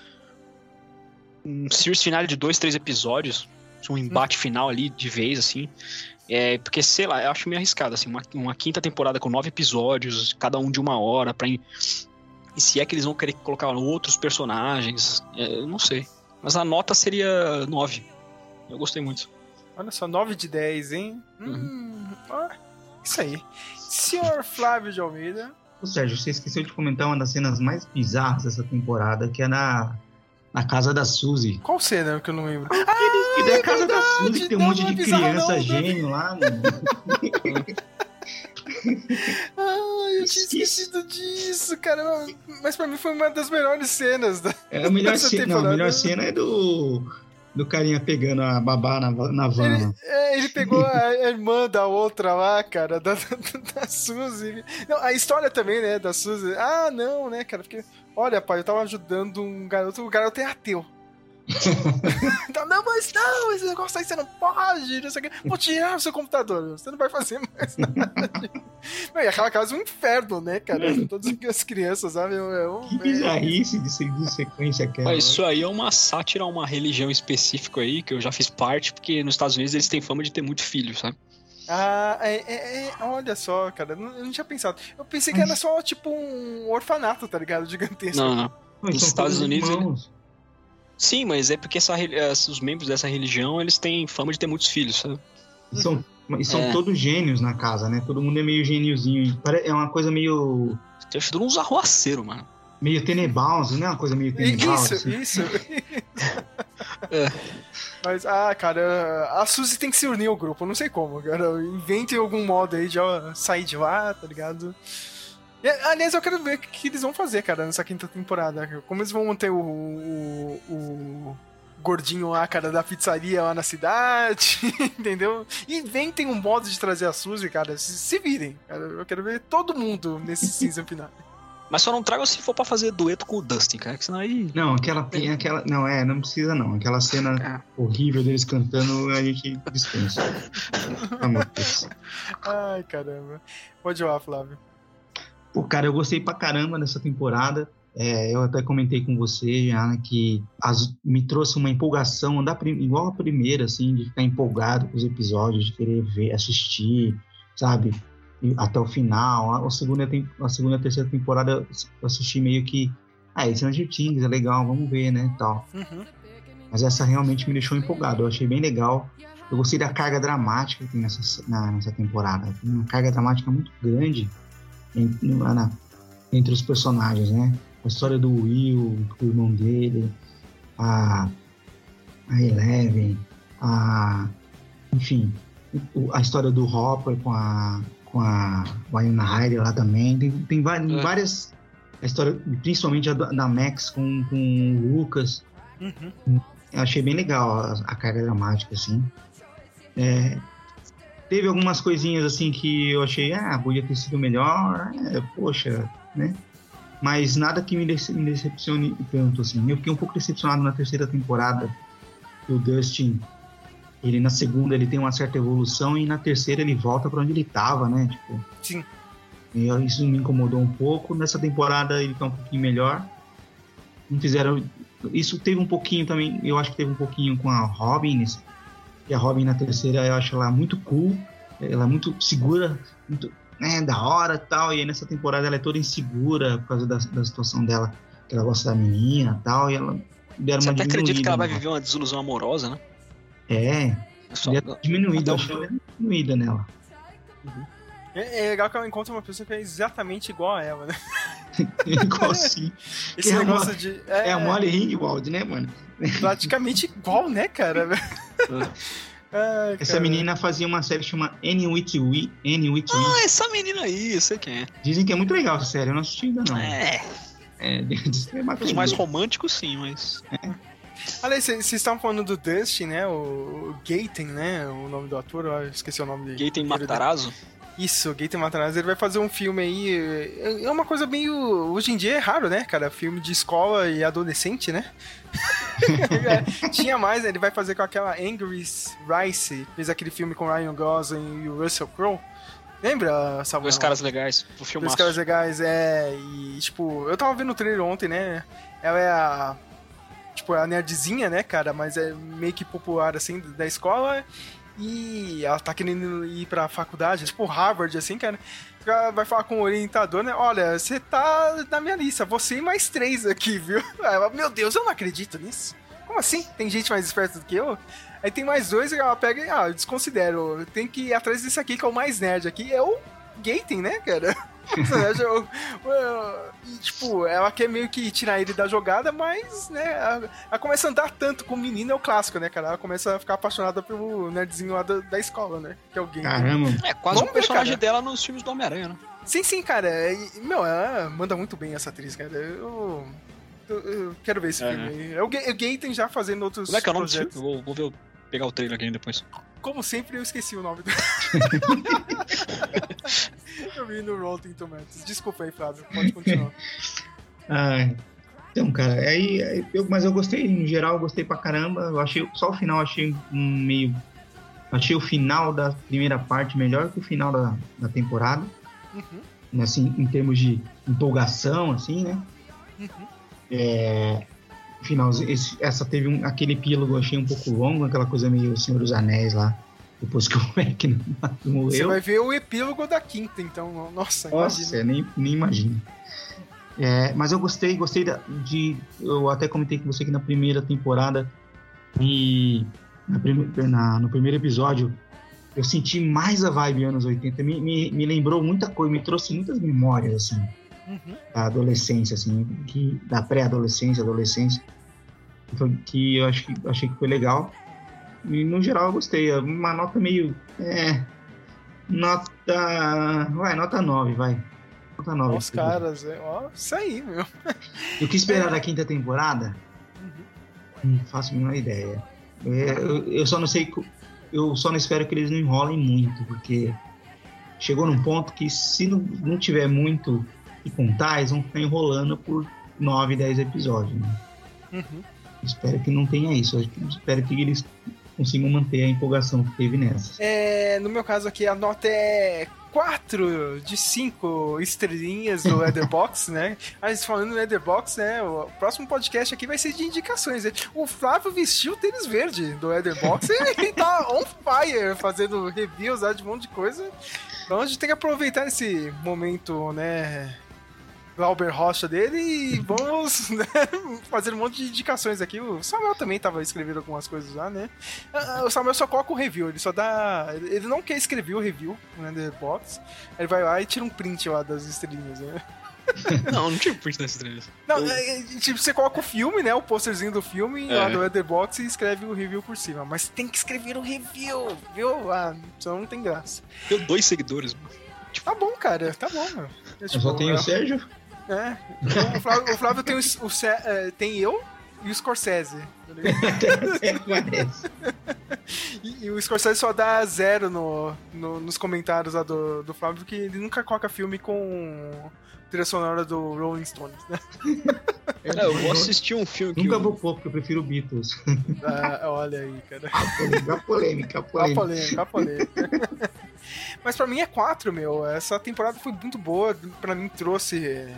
series final de 2, 3 episódios, um embate final ali de vez, assim. Porque, sei lá, eu acho meio arriscado, assim, uma 5ª temporada com 9 episódios, cada um de 1 hora, e se é que eles vão querer colocar outros personagens, eu não sei. Mas a nota seria 9. Eu gostei muito. Olha só, 9 de 10, hein? Isso aí. Senhor Flávio de Almeida. Ô Sérgio, você esqueceu de comentar uma das cenas mais bizarras dessa temporada, que é na casa da Suzy. Qual cena que eu não lembro? Da casa da Suzy, que tem um monte de criança gênio lá, mano. Eu tinha esquecido disso, cara. Mas pra mim foi uma das melhores cenas a melhor cena é do carinha pegando a babá na van. Ele pegou a irmã da outra lá, cara, da Suzy. Não, a história também, né, da Suzy. Não, né, cara, porque, olha, pai, eu tava ajudando um garoto, o garoto é ateu. Não, mas não, esse negócio aí você não pode, não sei o que. Vou tirar o seu computador, você não vai fazer mais nada. E aquela casa é um inferno, né, cara? Todas as crianças, sabe? Que bizarrice de sequência aquela. Mas isso aí é uma sátira a uma religião específica aí, que eu já fiz parte, porque nos Estados Unidos eles têm fama de ter muito filho, sabe? Olha só, cara, eu não tinha pensado. Eu pensei que era só, tipo, um orfanato, tá ligado? Gigantesco. Não. Nos Estados Unidos... Sim, mas é porque os membros dessa religião, eles têm fama de ter muitos filhos, sabe? São todos gênios na casa, né? Todo mundo é meio gêniozinho. É uma coisa meio... Tem tudo uns arruaceiros, mano. Meio Tenenbaum, né? Uma coisa meio Tenenbaum. Isso. Mas, cara, a Suzy tem que se unir ao grupo. Eu não sei como, cara. Inventem algum modo aí de sair de lá, tá ligado? Aliás, eu quero ver o que eles vão fazer, cara, nessa 5ª temporada. Como eles vão manter o gordinho lá, cara, da pizzaria lá na cidade, entendeu? E inventem um modo de trazer a Suzy, cara. Se virem, cara. Eu quero ver todo mundo nesse season final. Mas só não tragam se for pra fazer dueto com o Dustin, cara, que senão aí... Não, não precisa não. Aquela cena horrível deles cantando, a gente dispensa. Ai, caramba. Pode ir lá, Flávio. Pô, cara, eu gostei pra caramba dessa temporada. Eu até comentei com você já, né, que me trouxe uma empolgação, igual a primeira, assim, de ficar empolgado com os episódios, de querer ver, assistir, sabe, até o final. A segunda e a terceira temporada eu assisti meio que, Stranger Things é legal, vamos ver, né, tal. Uhum. Mas essa realmente me deixou empolgado, eu achei bem legal. Eu gostei da carga dramática que tem nessa temporada. Tem uma carga dramática muito grande entre os personagens, né? A história do Will, o irmão dele, a Eleven, enfim, a história do Hopper com a Winona Ryder lá também. Tem várias... A história, principalmente a da Max com o Lucas. Uhum. Eu achei bem legal a carga dramática, assim. Teve algumas coisinhas, assim, que eu achei, podia ter sido melhor, poxa, né? Mas nada que me decepcione tanto, assim. Eu fiquei um pouco decepcionado na terceira temporada, que o Dustin, ele na segunda ele tem uma certa evolução e na terceira ele volta pra onde ele tava, né? Tipo, sim. E isso me incomodou um pouco. Nessa temporada ele tá um pouquinho melhor. Não fizeram... Isso teve um pouquinho também, eu acho que teve um pouquinho com a Robin, e a Robin na terceira eu acho ela muito cool, ela é muito segura, muito, da hora e tal, e aí nessa temporada ela é toda insegura por causa da situação dela, que ela gosta da menina e tal, e ela deram Você uma até acredita que ela vai nela. viver uma desilusão amorosa, né? Diminuída, eu acho que ela é diminuída nela. Uhum. É legal que ela encontra uma pessoa que é exatamente igual a ela, né? Igual assim. Esse negócio de... É a Molly Ringwald, né, mano? Praticamente igual, né, cara? Essa menina fazia uma série chamada Annie with We. Essa menina aí, eu sei quem é. Dizem que é muito legal essa série, eu não assisti ainda não. Os mais românticos sim, mas... Aliás, vocês estavam falando do Dustin, né? O Gaten, né? O nome do ator, eu esqueci o nome dele. Gaten Matarazzo? Isso, Gaten Matarazzo, ele vai fazer um filme aí, é uma coisa meio, hoje em dia é raro, né, cara, filme de escola e adolescente, né? Tinha mais, ele vai fazer com aquela Ingrid Rice, fez aquele filme com Ryan Gosling e o Russell Crowe. Lembra, Samuel? Dois caras legais, o filmaço. Dois caras legais, e tipo, eu tava vendo o trailer ontem, né, ela é a nerdzinha, né, cara, mas é meio que popular, assim, da escola. E ela tá querendo ir pra faculdade, tipo Harvard, assim, cara. Ela vai falar com o orientador, né? Olha, você tá na minha lista, você e mais 3 aqui, viu? Ela, meu Deus, eu não acredito nisso. Como assim? Tem gente mais esperta do que eu? Aí tem mais 2 e ela pega e, eu desconsidero. Tem que ir atrás desse aqui, que é o mais nerd aqui. É o Gaten, né, cara? E, tipo, ela quer meio que tirar ele da jogada, mas, né, ela começa a andar tanto com o menino, é o clássico, né, cara? Ela começa a ficar apaixonada pelo nerdzinho lá da escola, né? Que é o Gaten. Caramba. É quase um personagem dela nos filmes do Homem-Aranha, né? Sim, cara. Ela manda muito bem essa atriz, cara. Eu quero ver esse filme aí. É o Gaten já fazendo outros projetos. Como é que é o nome projetos. do filme? Vou pegar o trailer aqui depois. Como sempre, eu esqueci o nome do... Eu vi no Rotten Tomatoes. Desculpa aí, Flávio. Pode continuar. Então, cara, mas eu gostei, no geral, eu gostei pra caramba. Eu achei, só o final, achei meio... Achei o final da primeira parte melhor que o final da temporada. Uhum. Assim, em termos de empolgação, assim, né? Uhum. Final, essa teve aquele epílogo, eu achei um pouco longo, aquela coisa meio Senhor dos Anéis lá, depois que o Mac morreu. Você vai ver o epílogo da quinta, então, nossa, nem imagino. Mas eu gostei eu até comentei com você que na primeira temporada e no primeiro episódio eu senti mais a vibe anos 80, me lembrou muita coisa, me trouxe muitas memórias, assim. Uhum. Da adolescência, assim, da pré-adolescência, adolescência, que eu achei que foi legal. E no geral eu gostei. Uma nota meio. Nota 9, vai. Nota 9. Os caras, isso aí, meu. E o que esperar da quinta temporada? Não faço a menor ideia. Eu só não sei. Eu só não espero que eles não enrolem muito, porque chegou num ponto que se não tiver muito e contar, eles vão ficar enrolando por 9, 10 episódios, né? Uhum. Espero que não tenha isso. Espero que eles consigo manter a empolgação que teve nessa. No meu caso aqui, a nota é 4 de 5 estrelinhas do Letterboxd, né? Mas falando no Letterboxd, né? O próximo podcast aqui vai ser de indicações, né? O Flávio vestiu o tênis verde do Letterboxd e ele tá on fire fazendo reviews de um monte de coisa. Então a gente tem que aproveitar esse momento, né? Glauber Rocha dele e vamos, né, fazer um monte de indicações aqui. O Samuel também tava escrevendo algumas coisas lá, né? O Samuel só coloca o review, ele só dá... Ele não quer escrever o review, né, no Letterboxd. Ele vai lá e tira um print lá das estrelinhas, né? Não tira um print das estrelinhas. Não, tipo, você coloca o filme, né, o posterzinho do filme lá do Letterboxd e escreve o review por cima. Mas tem que escrever o review, viu? Senão não tem graça. Tenho 2 seguidores, mano. Tá bom, cara, tá bom, meu. Eu só tenho o Sérgio. O Flávio tem eu e o Scorsese. E o Scorsese só dá 0 nos comentários lá do Flávio, porque ele nunca coloca filme com trilha sonora do Rolling Stones, né? Eu vou assistir um filme que... Nunca vou pôr, porque eu prefiro Beatles. Olha aí, cara. Polêmica. Mas pra mim é 4, meu. Essa temporada foi muito boa. Pra mim trouxe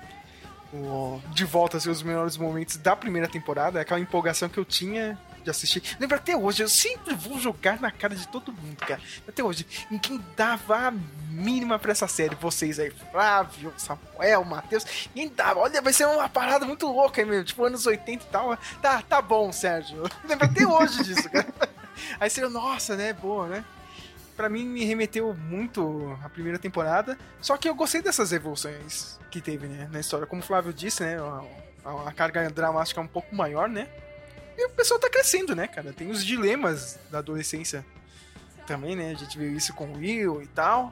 de volta assim, os melhores momentos da primeira temporada. Aquela empolgação que eu tinha de assistir. Lembra até hoje, eu sempre vou jogar na cara de todo mundo, cara. Até hoje, ninguém dava a mínima pra essa série. Vocês aí, Flávio, Samuel, Matheus, ninguém dava. Olha, vai ser uma parada muito louca aí mesmo, tipo anos 80 e tal. Tá bom, Sérgio. Lembra até hoje disso, cara. Aí seria, nossa, né, boa, né? Pra mim, me remeteu muito à primeira temporada. Só que eu gostei dessas evoluções que teve, né, na história. Como o Flávio disse, né, a carga dramática é um pouco maior, né? E o pessoal tá crescendo, né, cara? Tem os dilemas da adolescência também, né? A gente viu isso com o Will e tal.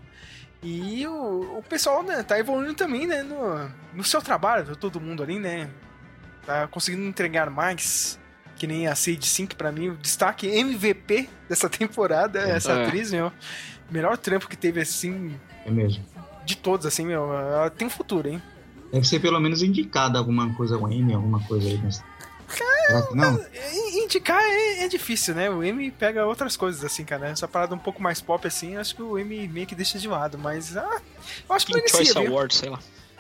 E o pessoal, né, tá evoluindo também, né, no seu trabalho, todo mundo ali, né? Tá conseguindo entregar mais. Que nem a Sage Sink, pra mim, o destaque MVP dessa temporada, essa atriz, meu. Melhor trampo que teve, assim... É mesmo. De todos, assim, meu. Ela tem um futuro, hein? Deve ser pelo menos indicada alguma coisa com Emmy, alguma coisa aí. Mas... Será que não? Indicar é difícil, né? O Emmy pega outras coisas, assim, cara. Essa parada um pouco mais pop, assim, acho que o Emmy meio que deixa de lado, mas... eu acho que merecia, Choice Awards, sei lá.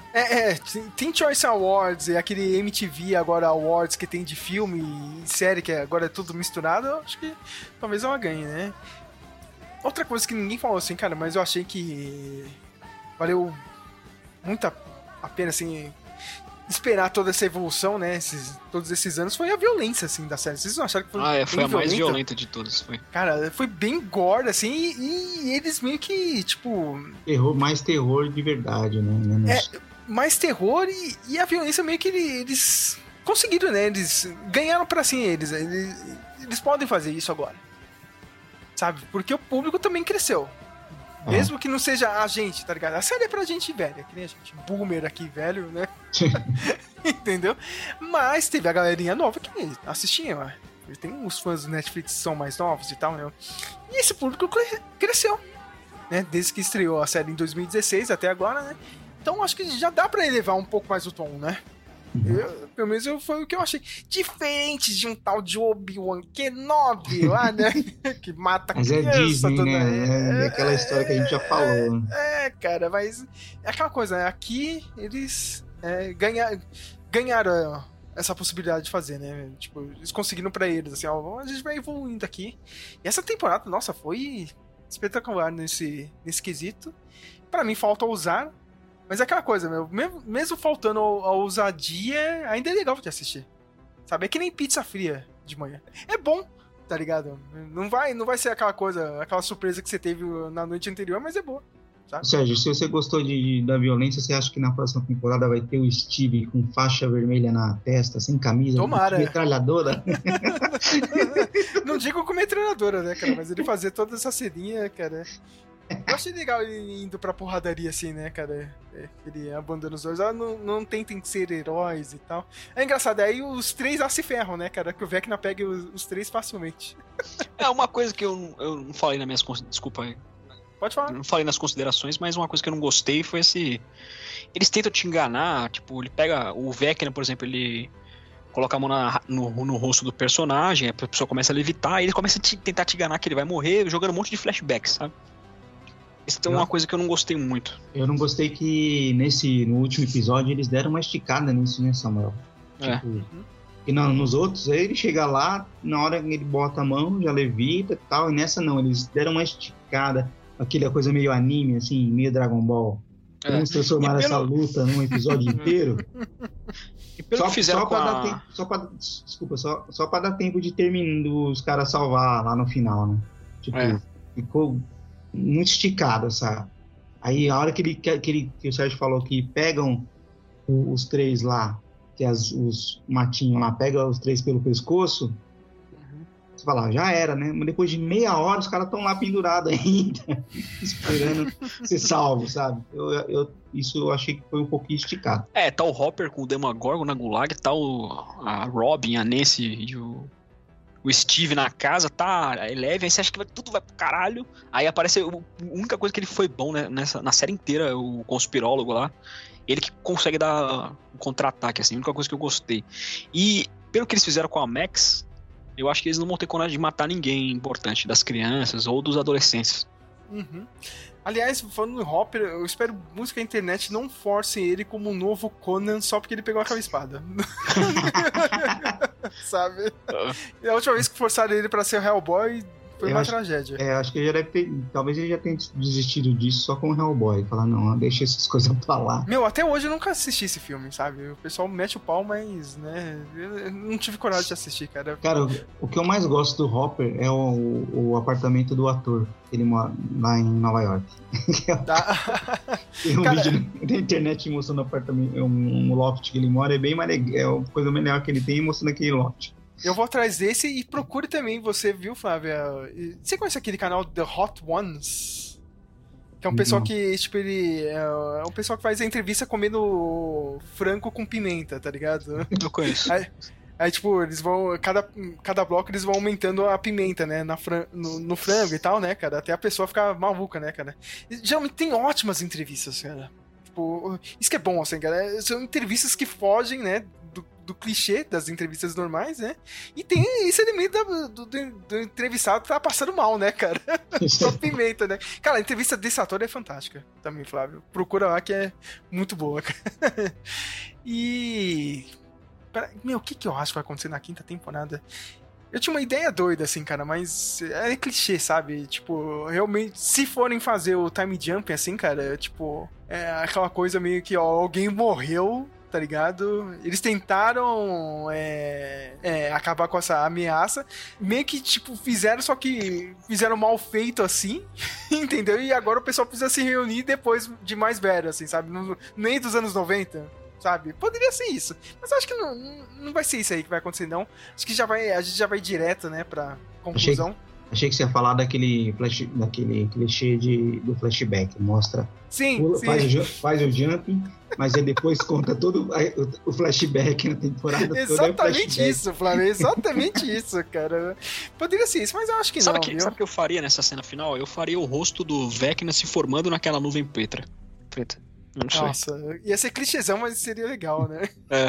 Tem Choice Awards e aquele MTV agora Awards que tem de filme e série, que agora é tudo misturado, eu acho que talvez ela ganhe, né? Outra coisa que ninguém falou assim, cara, mas eu achei que valeu muito a pena, assim, esperar toda essa evolução, né, todos esses anos, foi a violência, assim, da série. Vocês não acharam que foi foi a mais violenta de todas, foi. Cara, foi bem gore, assim, e eles meio que, tipo... Mais terror de verdade, né? Mais terror e a violência meio que eles conseguiram, né? Eles ganharam pra si, eles podem fazer isso agora. Sabe? Porque o público também cresceu. Mesmo que não seja a gente, tá ligado? A série é pra gente velha, que nem a gente boomer aqui, velho, né? Entendeu? Mas teve a galerinha nova que assistia, né? Tem uns fãs do Netflix que são mais novos e tal, né? E esse público cresceu, né? Desde que estreou a série em 2016 até agora, né? Então acho que já dá pra elevar um pouco mais o tom, né? Pelo menos foi o que eu achei. Diferente de um tal de Obi-Wan Kenobi lá, né? Que mata mas criança. Mas é Disney, toda... né? É aquela história que a gente já falou. Cara, mas é aquela coisa, né? Aqui eles ganharam essa possibilidade de fazer, né? Tipo, eles conseguiram pra eles, assim, ó, a gente vai evoluindo aqui. E essa temporada, nossa, foi espetacular nesse quesito. Pra mim, falta usar. Mas é aquela coisa, meu, mesmo faltando a ousadia, ainda é legal de assistir. Sabe? É que nem pizza fria de manhã. É bom, tá ligado? Não vai ser aquela coisa, aquela surpresa que você teve na noite anterior, mas é boa. Sabe? Sérgio, se você gostou da violência, você acha que na próxima temporada vai ter o Steve com faixa vermelha na testa, sem camisa, tomara, metralhadora? Não digo com metralhadora, né, cara? Mas ele fazer toda essa ceninha, cara... Eu achei legal ele indo pra porradaria assim, né, cara? Ele abandona os dois. Não tentem ser heróis e tal. É engraçado, aí os três já se ferram, né, cara? Que o Vecna pega os três facilmente. Uma coisa que eu não falei nas minhas... Desculpa aí. Pode falar. Não falei nas considerações, mas uma coisa que eu não gostei foi esse... Eles tentam te enganar, tipo, ele pega... O Vecna, por exemplo, ele coloca a mão no rosto do personagem, a pessoa começa a levitar, e ele começa a tentar te enganar que ele vai morrer, jogando um monte de flashbacks, sabe? Isso é uma coisa que eu não gostei muito. Eu não gostei que no último episódio eles deram uma esticada nisso, né, Samuel? Tipo, e nos outros, aí ele chega lá, na hora que ele bota a mão, já levita e tal, e nessa não, eles deram uma esticada, aquela coisa meio anime, assim, meio Dragon Ball. Vamos transformar essa luta num episódio inteiro. E pelo que fizeram só pra dar tempo de terminar os caras salvar lá no final, né? Tipo, ficou muito esticado, sabe? Aí a hora que o Sérgio falou que pegam os três lá, que os matinhos lá, pegam os três pelo pescoço, você fala, já era, né? Mas depois de meia hora os caras estão lá pendurados ainda, esperando ser salvo, sabe? Isso eu achei que foi um pouquinho esticado. Tá o Hopper com o Demogorgon na Gulag, tá a Robin, a Nancy e o Steve na casa, tá a Eleven, aí você acha que tudo vai pro caralho, aí aparece a única coisa que ele foi bom, né, na série inteira, o conspirólogo lá, ele que consegue dar um contra-ataque, assim, a única coisa que eu gostei. E pelo que eles fizeram com a Max, eu acho que eles não vão ter coragem de matar ninguém importante, das crianças ou dos adolescentes. Aliás, falando no Hopper, eu espero muito que a internet não force ele como um novo Conan só porque ele pegou aquela espada. Sabe? E a última vez que forçaram ele pra ser o Hellboy foi uma tragédia. Acho que ele já deve ter. Talvez ele já tenha desistido disso só com o Hellboy. Falar, não, deixa essas coisas pra lá. Meu, até hoje eu nunca assisti esse filme, sabe? O pessoal mete o pau, mas, né? Eu não tive coragem de assistir, cara. Cara, o que eu mais gosto do Hopper é o apartamento do ator. Ele mora lá em Nova York. Tem um vídeo na internet mostrando o apartamento, um loft que ele mora, é bem mais legal. É a coisa melhor que ele tem mostrando aquele loft. Eu vou atrás desse e procure também, você viu, Flávia? Você conhece aquele canal The Hot Ones? Que é um pessoal que, tipo, ele... É um pessoal que faz a entrevista comendo frango com pimenta, tá ligado? Eu conheço. Aí, tipo, eles vão... Cada bloco eles vão aumentando a pimenta, né? No frango e tal, né, cara? Até a pessoa ficar maluca, né, cara? E, geralmente tem ótimas entrevistas, cara. Tipo, isso que é bom, assim, cara. São entrevistas que fogem, né? Do clichê das entrevistas normais, né? E tem esse elemento do entrevistado que tá passando mal, né, cara? Só pimenta, né? Cara, a entrevista desse ator é fantástica também, Flávio. Procura lá que é muito boa, cara. E... Meu, o que eu acho que vai acontecer na quinta temporada? Eu tinha uma ideia doida, assim, cara, mas é clichê, sabe? Tipo, realmente, se forem fazer o time jump, assim, cara, tipo, é aquela coisa meio que, ó, alguém morreu, tá ligado? Eles tentaram acabar com essa ameaça, meio que, tipo, fizeram, só que fizeram mal feito, assim, entendeu? E agora o pessoal precisa se reunir depois de mais velho, assim, sabe? No meio dos anos 90, sabe? Poderia ser isso. Mas eu acho que não vai ser isso aí que vai acontecer, não. Acho que a gente já vai direto, né, pra conclusão. Achei que você ia falar daquele clichê do flashback. Mostra. Sim. Faz o jump, mas aí depois conta todo o flashback na temporada toda. Exatamente isso, Flávio. Exatamente isso, cara. Poderia ser isso, mas eu acho que sabe não. Sabe o que eu faria nessa cena final? Eu faria o rosto do Vecna se formando naquela nuvem preta. Não sei. Nossa, ia ser clichêzão, mas seria legal, né?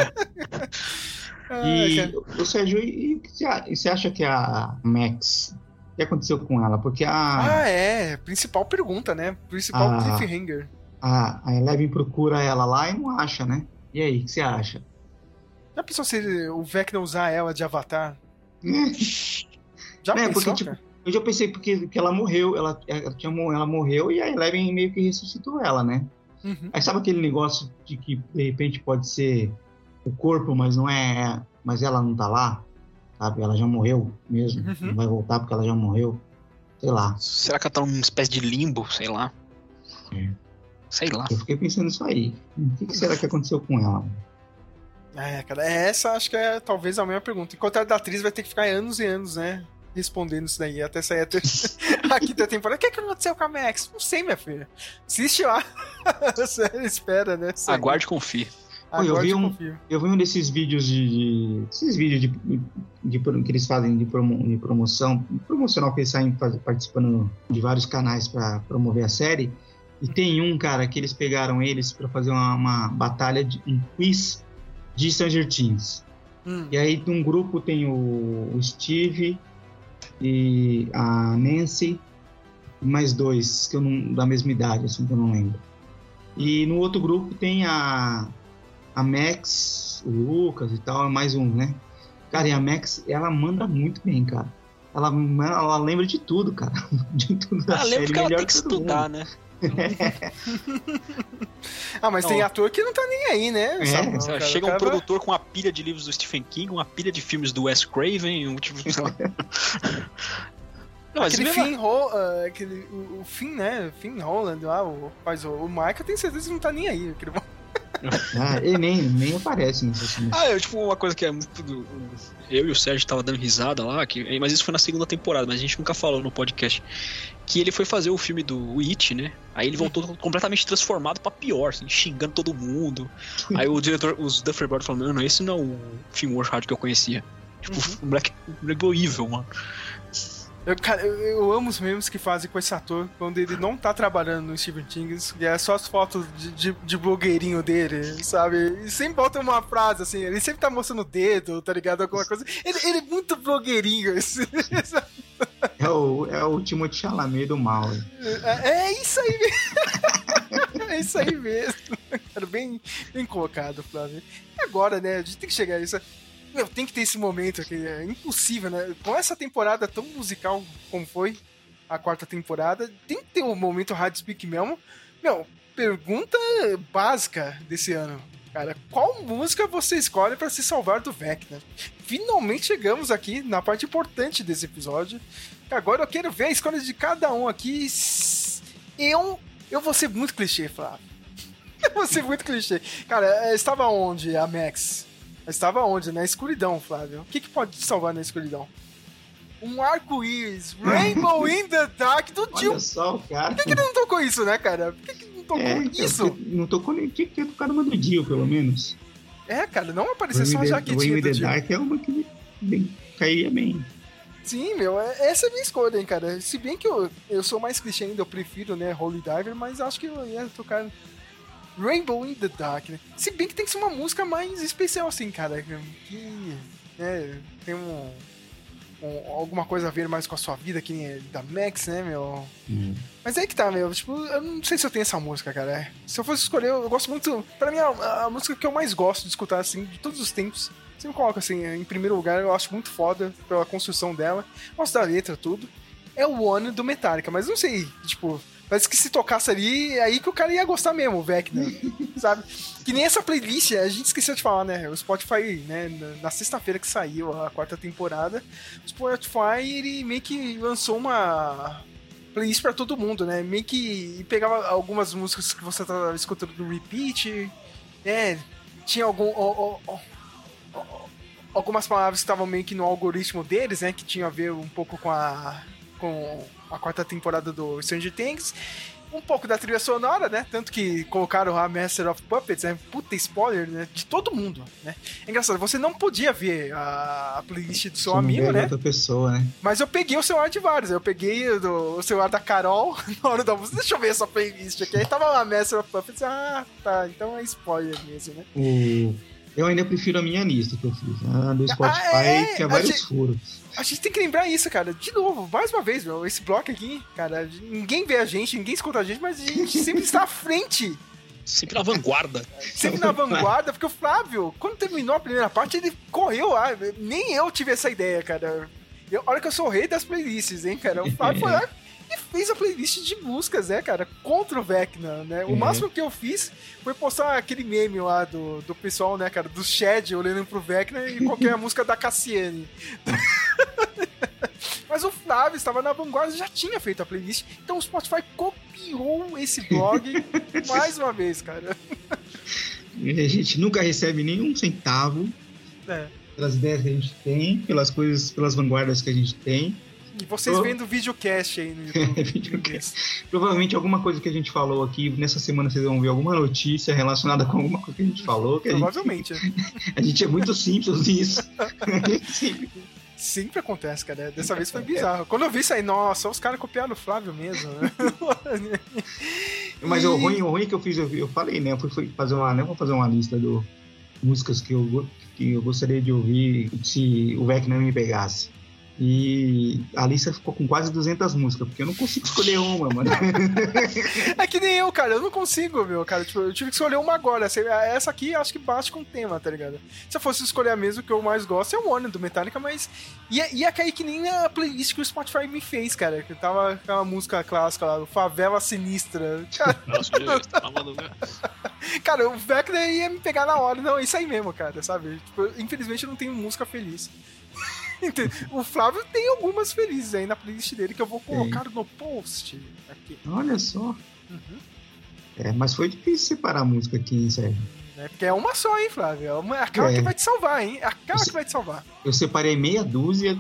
O Sérgio, e você acha que a Max... O que aconteceu com ela? Porque principal pergunta, né? Principal cliffhanger. A Eleven procura ela lá e não acha, né? E aí, o que você acha? Já pensou se o Vecna usar ela de avatar? Já pensou, porque, tipo, eu já pensei porque ela morreu, ela morreu e a Eleven meio que ressuscitou ela, né? Uhum. Aí sabe aquele negócio de que de repente pode ser o corpo, mas não é, mas ela não tá lá, sabe? Ela já morreu mesmo, não vai voltar porque ela já morreu, sei lá. Será que ela tá numa espécie de limbo, sei lá? Sei lá. Eu fiquei pensando nisso aí. O que será que aconteceu com ela? Cara, essa acho que é talvez a mesma pergunta. Enquanto a da atriz vai ter que ficar anos e anos, né? Respondendo isso daí, até sair a quinta temporada. O que aconteceu com a Max? Não sei, minha filha. Assiste lá. Você espera, né? Aguarde e confie. Eu vi um desses vídeos esses vídeos que eles fazem de promocional que eles saem participando de vários canais para promover a série. E tem um, cara, que eles pegaram eles para fazer uma batalha, um quiz de Stranger Things. E aí, num grupo tem o Steve e a Nancy, e mais 2, que eu não, da mesma idade, assim, que eu não lembro. E no outro grupo tem a Max, o Lucas e tal, mais um, né? Cara, e a Max, ela manda muito bem, cara. Ela lembra de tudo, cara. De tudo da série. Ela lembra que ela tem que estudar, mundo. né? Mas tem ator que não tá nem aí, né? Cara, chega um produtor com uma pilha de livros do Stephen King, uma pilha de filmes do Wes Craven, sei lá. Não, aquele o Finn, né? Finn Holland lá, o Michael, tenho certeza que não tá nem aí. Ele nem aparece nessa cena. Uma coisa que é muito. Eu e o Sérgio tava dando risada lá, mas isso foi na segunda temporada, mas a gente nunca falou no podcast. Que ele foi fazer o filme do It, né? Aí ele voltou completamente transformado pra pior, assim, xingando todo mundo. Aí o diretor, os Duffer Brothers falaram: não, esse não é o Finn Wolfhard que eu conhecia. Tipo, o moleque horrível, mano. Eu amo os memes que fazem com esse ator quando ele não tá trabalhando no Stephen King, e é só as fotos de blogueirinho dele, sabe? E sempre bota uma frase assim, ele sempre tá mostrando o dedo, tá ligado? Alguma coisa. Ele é muito blogueirinho. É o Timothée Chalamet do mal. É isso aí mesmo. É isso aí mesmo. Era bem colocado, Flávio. E agora, né? A gente tem que chegar a isso. Tem que ter esse momento aqui, é impossível, né? Com essa temporada tão musical como foi a 4ª temporada, tem que ter um momento Hard Speak mesmo. Pergunta básica desse ano, cara. Qual música você escolhe pra se salvar do Vecna? Finalmente chegamos aqui na parte importante desse episódio. Agora eu quero ver a escolha de cada um aqui. Eu vou ser muito clichê, Flávio. Eu vou ser muito clichê. Cara, estava onde a Max? Estava onde? Na escuridão, Flávio. O que pode te salvar na escuridão? Um arco-íris, Rainbow in the Dark do Jill. Olha só, cara. Por que ele não tocou isso, né, cara? Por que não tocou isso? Não tocou nem. Tinha que ter tocado uma do Jill, pelo menos. Cara, não apareceu só a jaquetinha do Jill. Dark é uma que cairia bem. Sim, essa é a minha escolha, hein, cara. Se bem que eu sou mais clichê ainda, eu prefiro, né, Holy Diver, mas acho que eu ia tocar Rainbow in the Dark, né? Se bem que tem que ser uma música mais especial, assim, cara. Que tem alguma coisa a ver mais com a sua vida, que nem da Max, né, meu? Mas aí que tá, meu. Tipo, eu não sei se eu tenho essa música, cara. Se eu fosse escolher, eu gosto muito. Pra mim, a música que eu mais gosto de escutar, assim, de todos os tempos. Você me coloca, assim, em primeiro lugar, eu acho muito foda pela construção dela. Gosto da letra, tudo. É o One do Metallica, mas não sei, tipo. Parece que se tocasse ali, é aí que o cara ia gostar mesmo, o Vecna, sabe? Que nem essa playlist, a gente esqueceu de falar, né? O Spotify, né? Na sexta-feira que saiu a 4ª temporada, o Spotify, ele meio que lançou uma playlist pra todo mundo, né? Meio que pegava algumas músicas que você tava escutando no repeat, tinha algumas palavras que estavam meio que no algoritmo deles, né? Que tinha a ver um pouco com a 4ª temporada do Stranger Things, um pouco da trilha sonora, né? Tanto que colocaram a Master of Puppets, né? Puta spoiler, né? De todo mundo, né? É engraçado, você não podia ver a playlist do seu amigo, né? Outra pessoa, né? Mas eu peguei o celular de vários. Eu peguei o celular da Carol na hora da música. Deixa eu ver essa playlist aqui. Aí tava lá a Master of Puppets. Ah, tá. Então é spoiler mesmo, né? Eu ainda prefiro a minha lista que eu fiz. A do Spotify tinha vários furos. A gente tem que lembrar isso, cara. De novo, mais uma vez, meu. Esse bloco aqui, cara, ninguém vê a gente, ninguém escuta a gente, mas a gente sempre está à frente. Sempre na vanguarda. Sempre na vanguarda, porque o Flávio, quando terminou a primeira parte, ele correu lá. Nem eu tive essa ideia, cara. Olha que eu sou o rei das playlists, hein, cara. O Flávio foi lá e fez a playlist de músicas, né, cara, contra o Vecna, né? O máximo que eu fiz foi postar aquele meme lá do pessoal, né, cara, do Shed olhando pro Vecna e qualquer música da Cassiane. Mas o Flávio estava na vanguarda, já tinha feito a playlist, então o Spotify copiou esse blog mais uma vez, cara. A gente nunca recebe nenhum centavo pelas ideias que a gente tem, pelas coisas, pelas vanguardas que a gente tem. E vocês vendo o videocast aí no YouTube. Videocast. Provavelmente alguma coisa que a gente falou aqui, nessa semana vocês vão ver alguma notícia relacionada com alguma coisa que a gente falou. Que provavelmente. A gente é muito simples nisso. Sempre acontece, cara. Dessa vez foi bizarro. Quando eu vi isso aí, nossa, os caras copiaram o Flávio mesmo. Né? Mas o ruim que eu fiz, eu falei, né? Eu fui fazer uma lista músicas que eu gostaria de ouvir se o Vecna me pegasse. E a lista ficou com quase 200 músicas, porque eu não consigo escolher uma, mano. É que nem eu, cara, eu não consigo, meu, cara. Tipo, eu tive que escolher uma agora. Essa aqui acho que bate com o tema, tá ligado? Se eu fosse escolher a mesma que eu mais gosto, é o Warning do Metallica, mas ia cair que nem a playlist que o Spotify me fez, cara. Que tava aquela música clássica lá, do Favela Sinistra. Cara, o Vecna ia me pegar na hora. Não, isso aí mesmo, cara, sabe? Tipo, infelizmente eu não tenho música feliz. O Flávio tem algumas felizes aí na playlist dele que eu vou colocar no post aqui. Olha só. Mas foi difícil separar a música aqui, hein, Sérgio? Porque é uma só, hein, Flávio? É aquela que vai te salvar, hein? É aquela que vai te salvar. Eu separei meia dúzia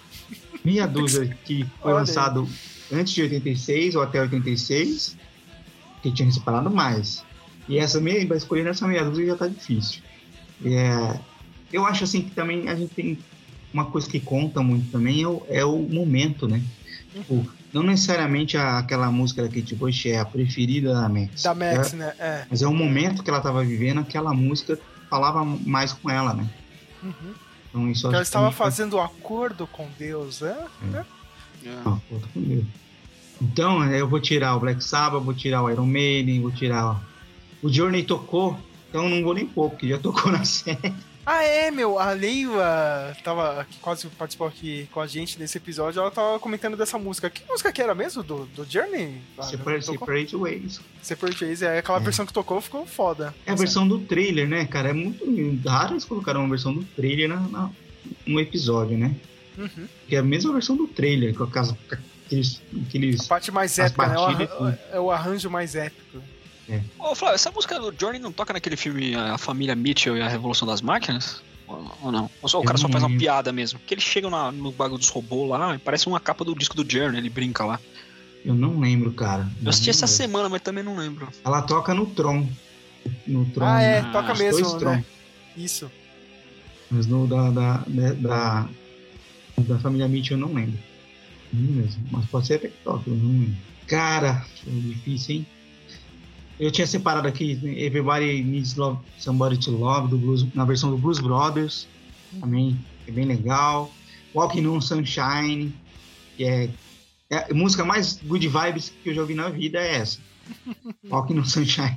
que foi lançado antes de 86 ou até 86, que tinha separado mais. E pra escolher nessa meia dúzia já tá difícil. Eu acho assim que também a gente tem uma coisa que conta muito também é o momento, né? Tipo, não necessariamente aquela música da Kate Bush é a preferida da Max. Da Max, né? É. Mas é o momento que ela tava vivendo, aquela música falava mais com ela, né? Então, isso ela estava fazendo acordo com Deus, né? Acordo com Deus. Então, eu vou tirar o Black Sabbath, vou tirar o Iron Maiden, vou tirar... O Journey tocou, então não vou nem pôr, porque já tocou na série. Meu, a Leila que quase participou aqui com a gente nesse episódio, ela tava comentando dessa música. Que música que era mesmo? Do Journey? Separate Ways. Separate Ways, aquela versão que tocou ficou foda. É a versão do trailer, né, cara? É muito raro eles colocaram uma versão do trailer no episódio, né? Que é a mesma versão do trailer, com aqueles... A parte mais épica, né? É o arranjo mais épico. Ô, Flávio, essa música do Journey não toca naquele filme A Família Mitchell e a Revolução das Máquinas? Ou não? Ou o cara só faz uma piada mesmo? Porque eles chegam no bagulho dos robôs lá e parece uma capa do disco do Journey, ele brinca lá. Eu não lembro, cara. Eu assisti essa semana, mas também não lembro. Ela toca no Tron. Toca mesmo, né? Isso. Mas no da Família Mitchell eu não lembro. Não mesmo. Mas pode ser até que toque, eu não lembro. Cara, foi difícil, hein? Eu tinha separado aqui Everybody Needs Somebody to Love do Blues, na versão do Blues Brothers, também é bem legal. Walking on Sunshine, que é a música mais good vibes que eu já ouvi na vida, é essa. Walking on Sunshine.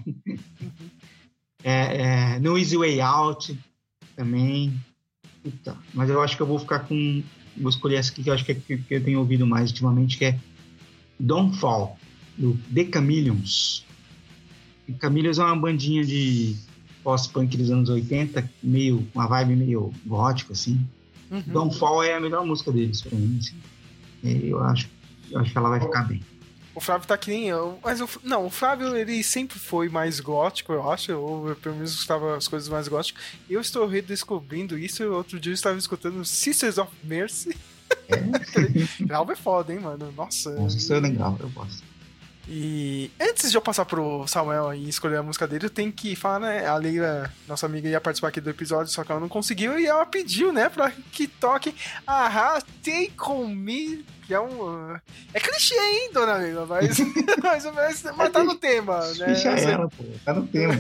No Easy Way Out também. Puta, mas eu acho que eu vou ficar com... Vou escolher essa aqui que eu acho que eu tenho ouvido mais ultimamente, que é Don't Fall, do The Chameleons. Chameleons é uma bandinha de post-punk dos anos 80, uma vibe meio gótico, assim. Don't Fall é a melhor música deles, pra mim, assim. Eu acho que ela vai ficar bem. O Flávio tá que nem eu, mas o Flávio, ele sempre foi mais gótico, eu acho, ou pelo menos gostava das coisas mais góticas. Eu estou redescobrindo isso, outro dia eu estava escutando Sisters of Mercy. O álbum é foda, hein, mano? Nossa. Isso é legal, eu gosto. E antes de eu passar pro Samuel e escolher a música dele, eu tenho que falar, né? A Leila, nossa amiga, ia participar aqui do episódio, só que ela não conseguiu e ela pediu, né, pra que toque Take On Me, que é é clichê, hein, dona Leila? Mas tá no tema, né? Deixa ela, pô, tá no tema.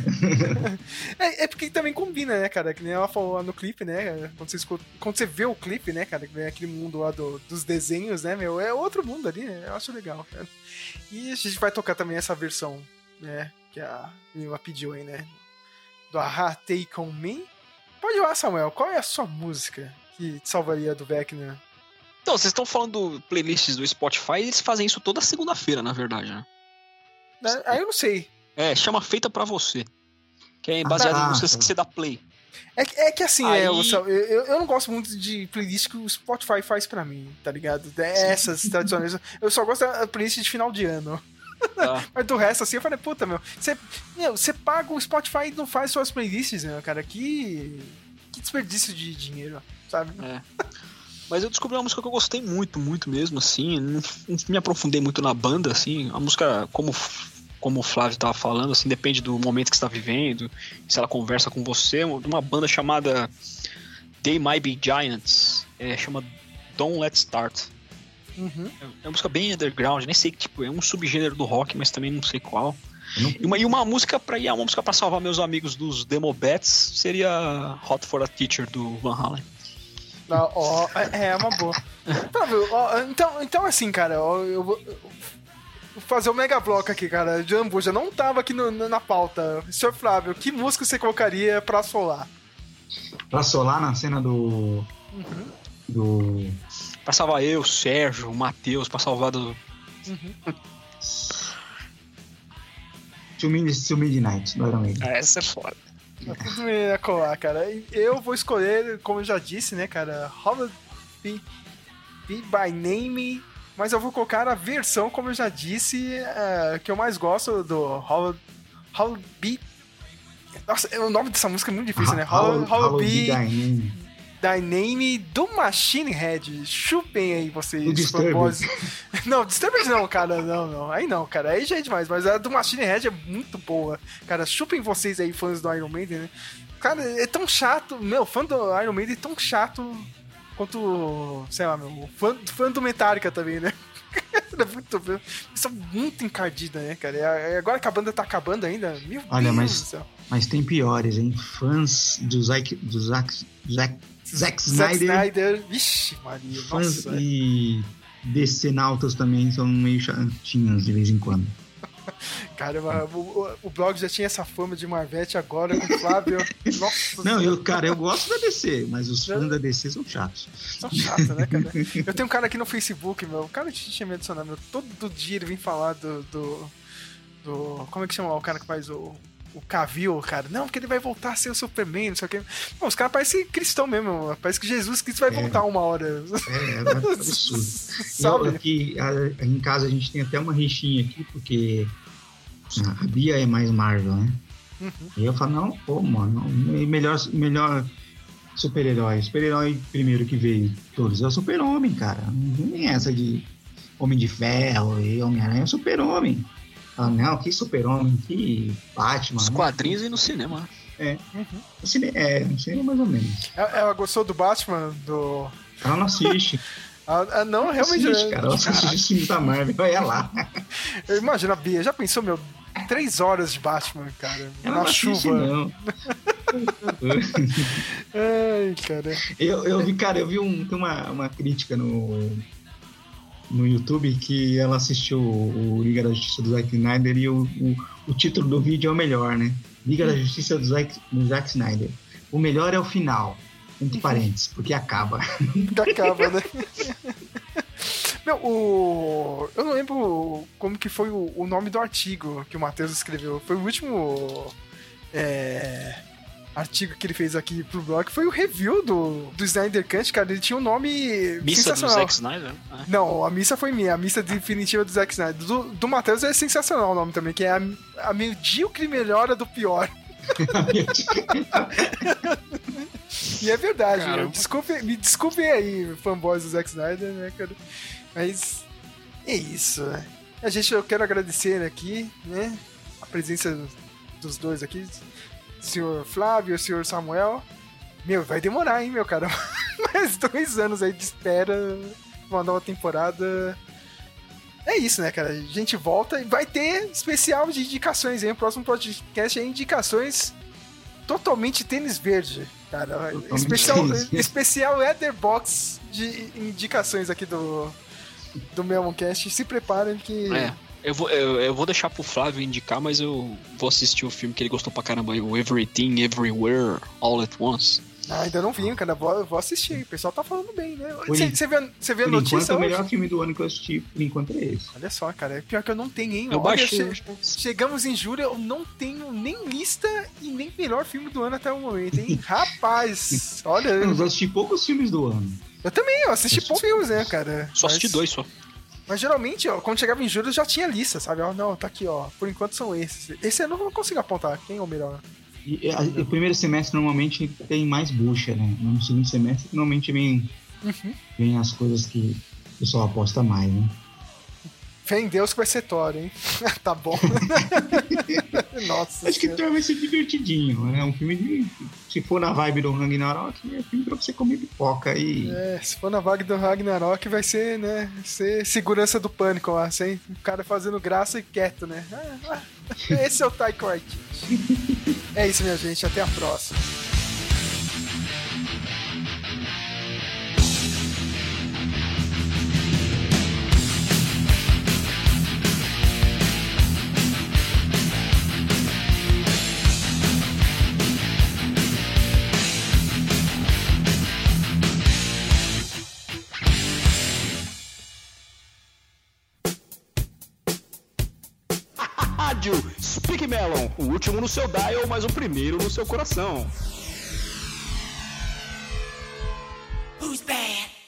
É porque também combina, né, cara? Que nem ela falou lá no clipe, né? Quando você vê o clipe, né, cara, que vem aquele mundo lá dos desenhos, né, meu? É outro mundo ali, né? Eu acho legal, cara. E a gente vai tocar também essa versão, né, que a Lila pediu aí, né, do Take On Me. Pode ir lá, Samuel, qual é a sua música que te salvaria do Vecna? Então, vocês estão falando playlists do Spotify, eles fazem isso toda segunda-feira, na verdade, né? Aí eu não sei. Chama Feita Pra Você, que é baseado em músicas que você dá play. É que assim, aí... eu não gosto muito de playlist que o Spotify faz pra mim, tá ligado? Essas tradicionais. Eu só gosto da playlist de final de ano. Mas do resto, assim, eu falei, puta, você paga o Spotify e não faz suas playlists, né, cara? Que desperdício de dinheiro, sabe? Mas eu descobri uma música que eu gostei muito, muito mesmo, assim. Não me aprofundei muito na banda, assim. A música, como o Flávio tava falando, assim, depende do momento que você tá vivendo, se ela conversa com você. Uma banda chamada They Might Be Giants, chama Don't Let's Start. É uma música bem underground, nem sei, tipo, é um subgênero do rock, mas também não sei qual. E uma música pra salvar meus amigos dos Demobats seria Hot for a Teacher do Van Halen. É uma boa. Então assim, cara, eu vou fazer o mega bloco aqui, cara. Jambu já não tava aqui na pauta. Senhor Flávio, que música você colocaria pra solar? Pra solar na cena do... Pra salvar eu, o Sérgio, o Matheus, pra salvar do... Till Midnight, do Iron Maiden. Essa é foda. Tudo ia colar, cara. Eu vou escolher, como eu já disse, né, cara, Hollow Be by Name, mas eu vou colocar a versão, como eu já disse, que eu mais gosto do Hollow Be... Nossa, o nome dessa música é muito difícil, né? Hollow Be Thy Name do Machine Head. Chupem aí vocês, fanboys. Não, Disturbed não, cara. Não. Aí não, cara. Aí já é demais. Mas a do Machine Head é muito boa. Cara, chupem vocês aí, fãs do Iron Maiden, né? Cara, é tão chato. Meu, fã do Iron Maiden é tão chato quanto, sei lá, meu, fã do Metallica também, né? É muito, são muito encardidas, né, cara? Agora que a banda tá acabando ainda, meu Deus do céu. Mas tem piores, hein? Fãs do Zack Snyder. Vixe, Maria. Fãs Nossa. e DC Nautas também são meio chatinhos de vez em quando. Cara, o blog já tinha essa fama de Marvete, agora com o Flávio. Nossa. Não, eu gosto da DC, mas os fãs da DC são chatos. São chatos, né, cara? Eu tenho um cara aqui no Facebook, meu. O cara tinha me adicionado, meu. Todo dia ele vem falar do como é que chama o cara que faz o Cavill, cara? Não, porque ele vai voltar a ser o Superman, não sei o que. Pô, os caras parecem cristão mesmo. Parece que Jesus Cristo vai voltar uma hora. É absurdo. Aqui em casa a gente tem até uma rixinha aqui, porque a Bia é mais Marvel, né? E eu falo, não, pô, mano, melhor super-herói. Super-herói primeiro que veio todos é o Super-Homem, cara. Não tem essa de Homem de Ferro e Homem-Aranha, é o Super-Homem. Ah, não, que Super-Homem, que Batman. Os quadrinhos e no cinema. No cinema mais ou menos. Ela gostou do Batman? Ela não assiste. Não, realmente. Assiste, cara. Ela assiste os filmes da Marvel, vai lá. Eu imagino a Bia, já pensou, meu, 3 horas de Batman, cara, ela na não chuva. assiste, não. Ai, cara. Eu vi tem uma crítica no YouTube que ela assistiu o Liga da Justiça do Zack Snyder e o título do vídeo é o melhor, né? Liga da Justiça do Zack Snyder. O melhor é o final, entre parênteses, porque acaba. Acaba, né? Meu, eu não lembro como que foi o nome do artigo que o Matheus escreveu. Foi o último artigo que ele fez aqui pro blog. Foi o review do Snyder Cut, cara. Ele tinha um nome Missa sensacional. do Zack Snyder? Não, a missa foi minha. A missa definitiva do Zack Snyder. Do Matheus é sensacional o nome também, que é a medíocre melhora do pior. E é verdade, me desculpem aí, fanboys do Zack Snyder, né, cara? Mas é isso, né? Eu quero agradecer aqui, né, a presença dos dois aqui, senhor Flávio e o senhor Samuel. Meu, vai demorar, hein, meu cara? Mais 2 anos aí de espera, uma nova temporada. É isso, né, cara? A gente volta e vai ter especial de indicações aí. O próximo podcast é indicações totalmente tênis verde, cara. Especial Etherbox de indicações aqui do Meloncast. Se preparem que... Eu vou deixar pro Flávio indicar, mas eu vou assistir o filme que ele gostou pra caramba, o Everything, Everywhere, All at Once. Ainda não vi, cara. Vou assistir. O pessoal tá falando bem, né? Você vê a notícia hoje? O melhor filme do ano que eu assisti, por enquanto, é esse. Olha só, cara. É pior que eu não tenho, hein? Eu baixei. Chegamos em julho, eu não tenho nem lista e nem melhor filme do ano até o momento, hein? Rapaz, olha... Eu assisti poucos filmes do ano. Eu também, eu assisti poucos filmes, né, cara? Só assisti 2, só. Mas geralmente, ó, quando chegava em julho, já tinha lista, sabe? Ó, não, tá aqui, ó. Por enquanto são esses. Esse eu não consigo apontar. Quem é o melhor? O primeiro semestre normalmente tem mais bucha, né? No segundo semestre normalmente vem as coisas que o pessoal aposta mais, né? Fé em Deus que vai ser Thor, hein? Tá bom. Nossa. Acho que Thor vai ser divertidinho, né? Um filme de... Se for na vibe do Ragnarok, é filme pra você comer pipoca e... se for na vibe do Ragnarok, vai ser, né? Ser segurança do pânico lá, sem o cara fazendo graça e quieto, né? Esse é o Taika Waititi. É isso, minha gente. Até a próxima. Rádio Speak Melon, o último no seu dial, mas o primeiro no seu coração. Who's bad?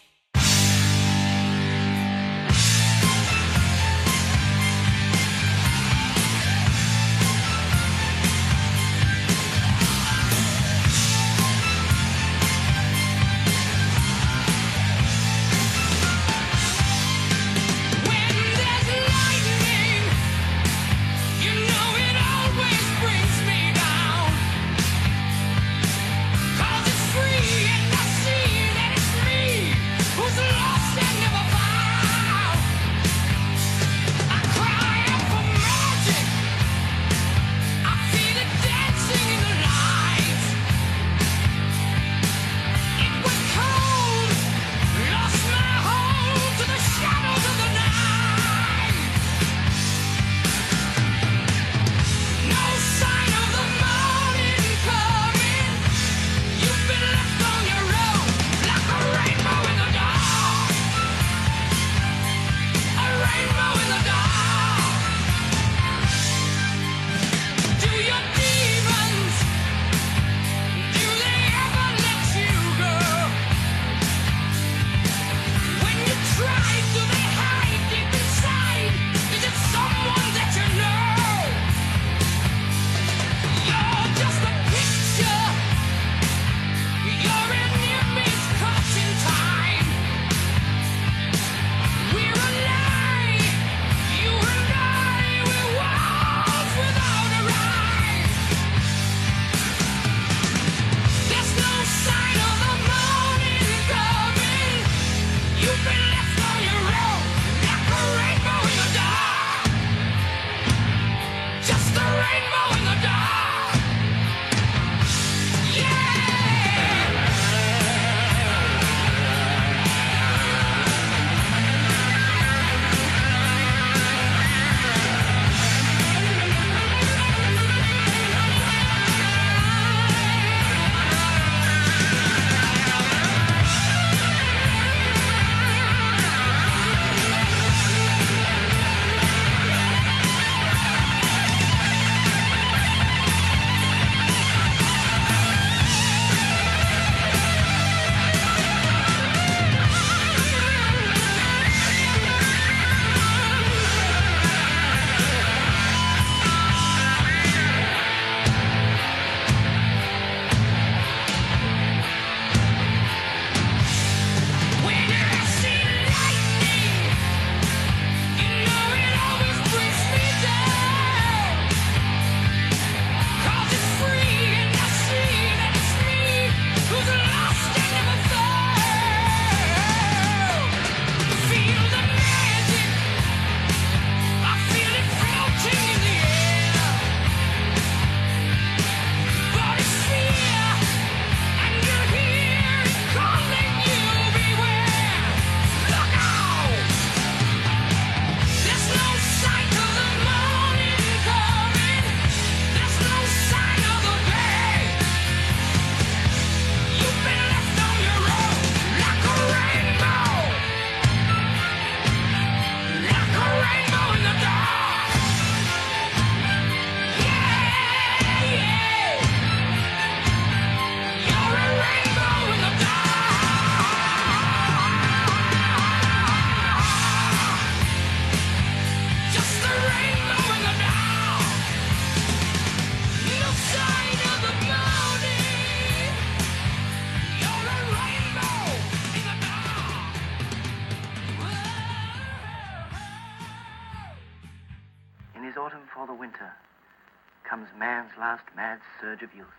comes man's last mad surge of youth.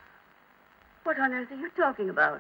What on earth are you talking about?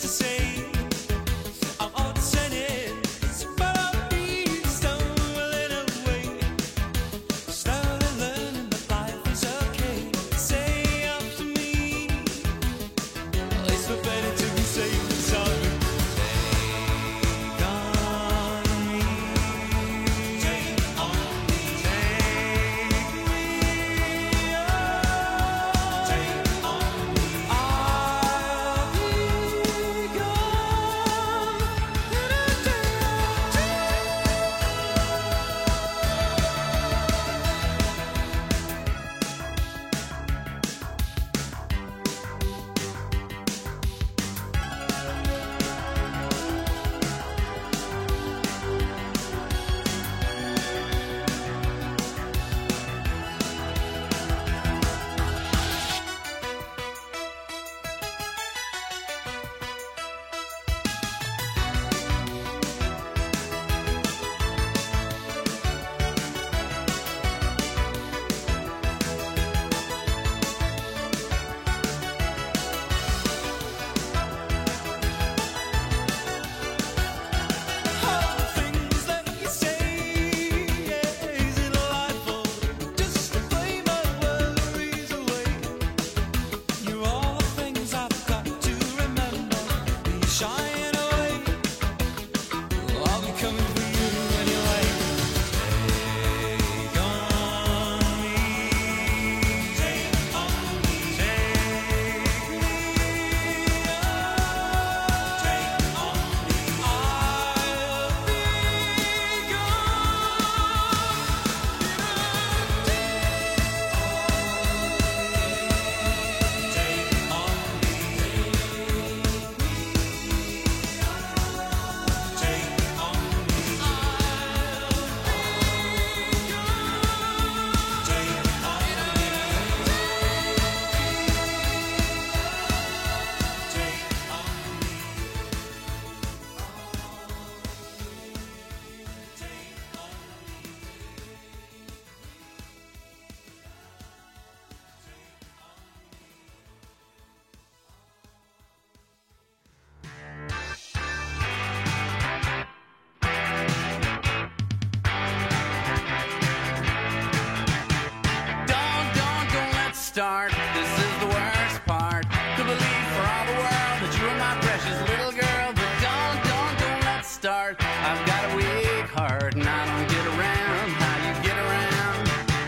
start. This is the worst part. To believe for all the world that you are my precious little girl. But don't let's start. I've got a weak heart and I don't get around how you get around.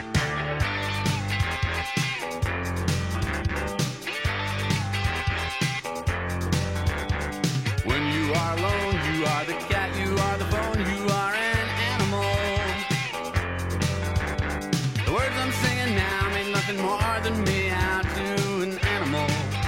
When you are alone, you are the cat, you are the phone, you are an animal. The words I'm singing now mean nothing more than me out to an animal.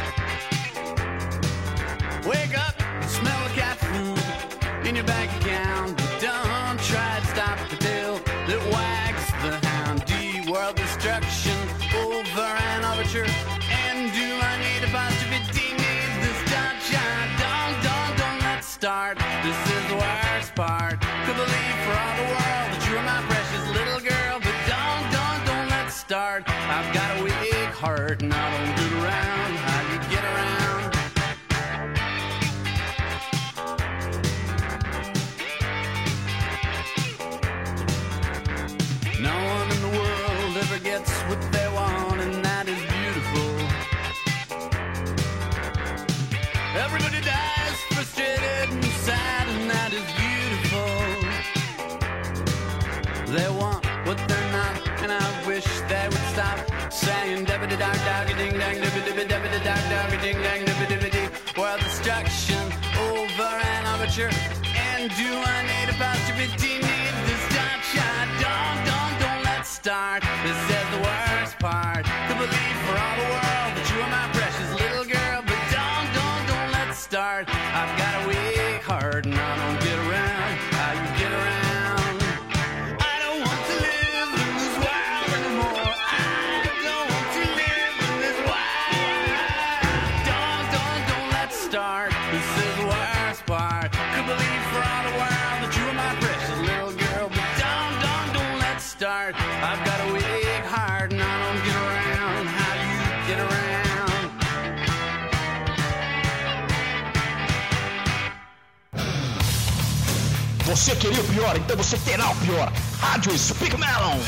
Wake up and smell the cat food in your bank account. But don't try to stop the tail that wags the hound. D-world destruction over an overture. And do I need apostrophe? Need this dot shot? Don't let's start. This is the worst part. Could believe for all the world that you're my precious little girl. But don't let's start. I've got a weak heart and I don't get around how you get around. No one in the world ever gets what they want, and that is beautiful. Everybody dies frustrated and sad, and that is beautiful. They want what they're not, and I wish they would stop saying dibbity dog doggy ding dang dibbity dibbity dog doggy ding dang dibbity dee. World destruction over an overture. And do I need apostrophe? Do you need this dot shot? Don't let's start. This is the worst part. To believe for all the world that you are my precious little girl. But don't let's start. I've got a weak heart and I don't get around how you get around. I don't want to live in this world anymore. I don't want to live in this world. Don't let's start. This is the worst part. Could believe for all the world that you are my precious little girl. But don't let's start. I've got a weak heart and I don't get around how you get around. Você queria o pior, então você terá o pior. Rádio Speak Melon.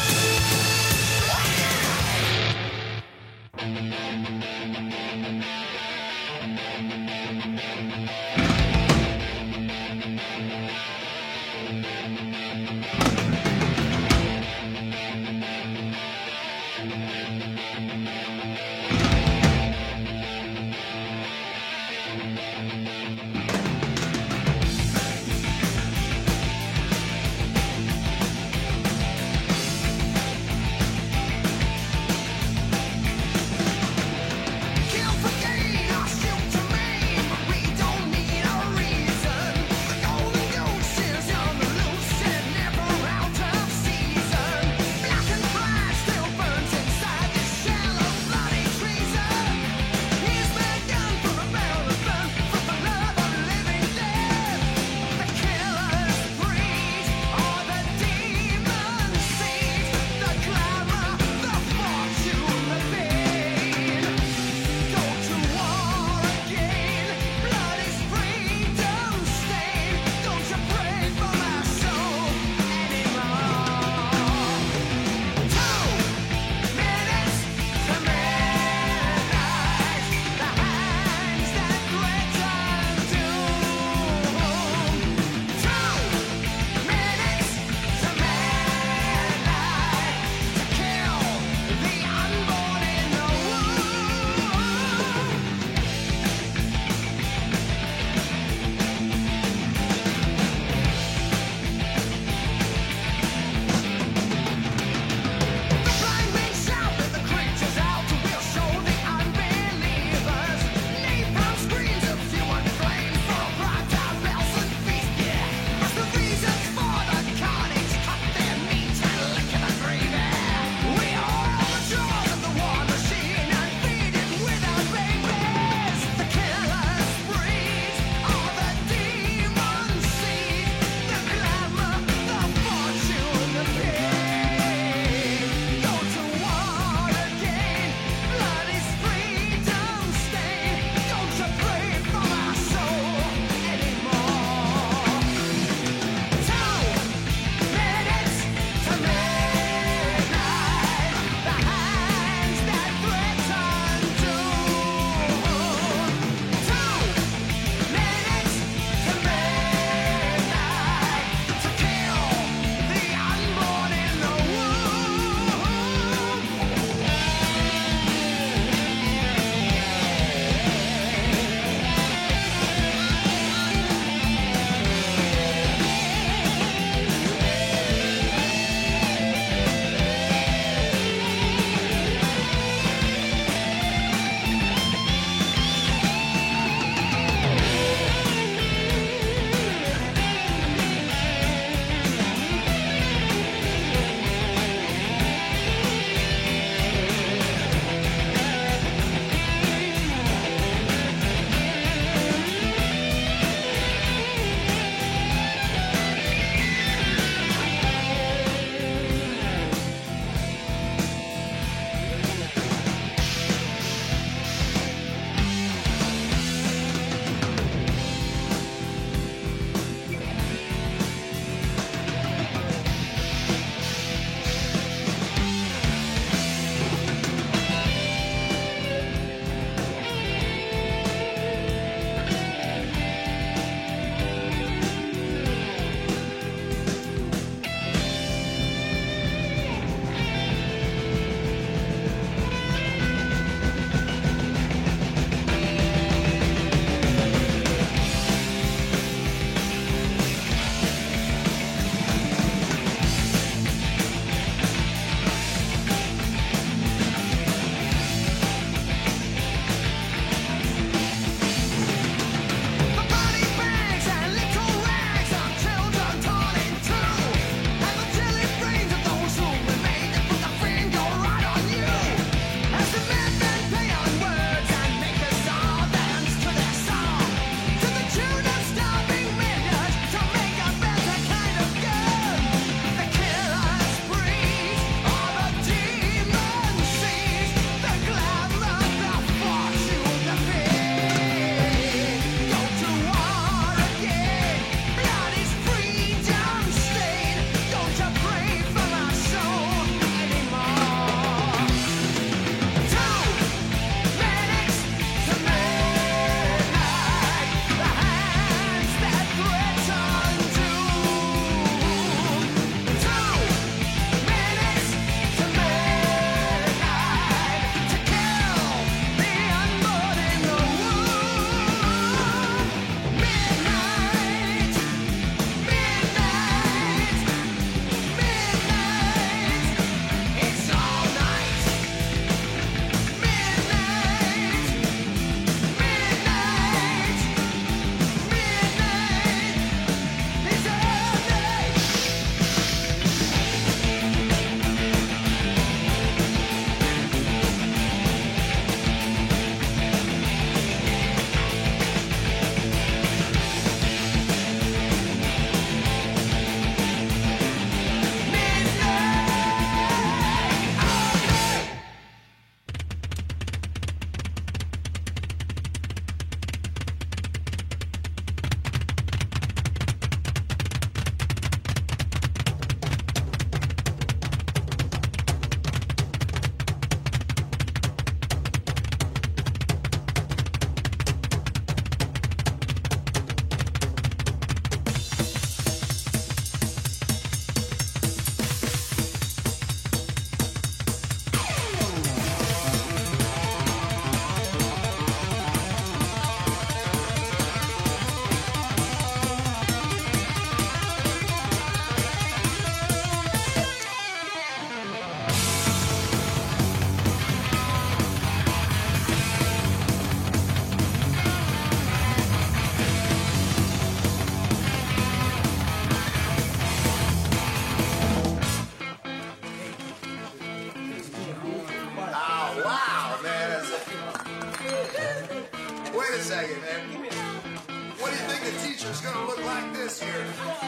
destruction's gonna look like this here.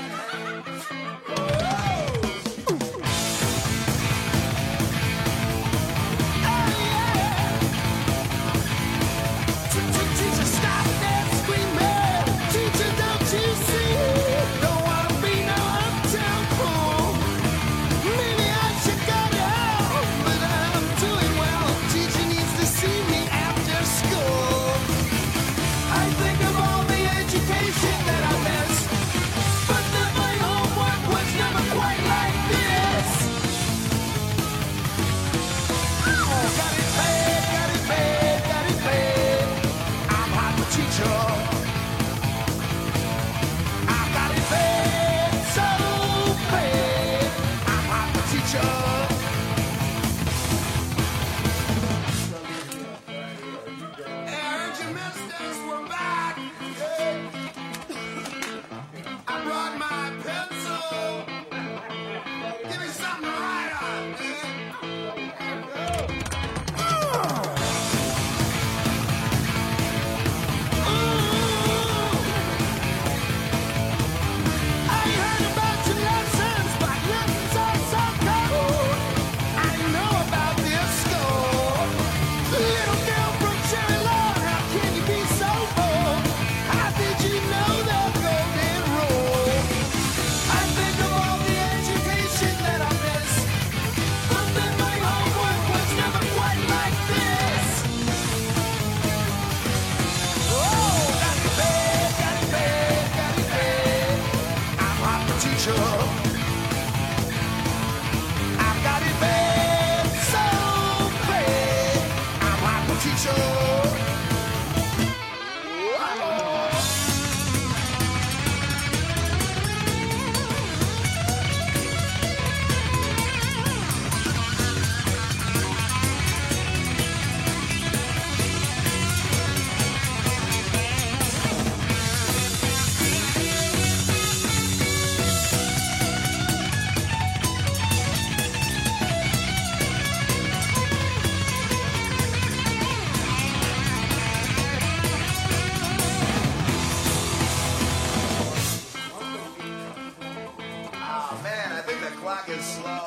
Teacher, stop that screaming. Teacher, don't you see? Don't wanna be no uptown fool. Maybe I should go to hell, but I'm doing well. Teacher needs to see me after school. I think of all the education that I missed, but then my homework was never quite like this. Oh, got it bad, got it bad, got it bad. I'm hot for teacher. I got it bad, so bad. I'm hot for teacher. Hey, I heard you missed us. We're back. I brought my pencil. Give me something to write on, man. I heard about your lessons, but lessons are so cold. I know about this school. Little girl from Cherry Lawn, how can you be so bold? How did you know the golden rule? I think of all the education that I missed, but then my homework was never quite like this. Oh, got it bad, got it bad, got it bad. I'm hot for teacher. I've got it bad, so bad. I'm hot for teacher. Oh man, I think the clock is slow.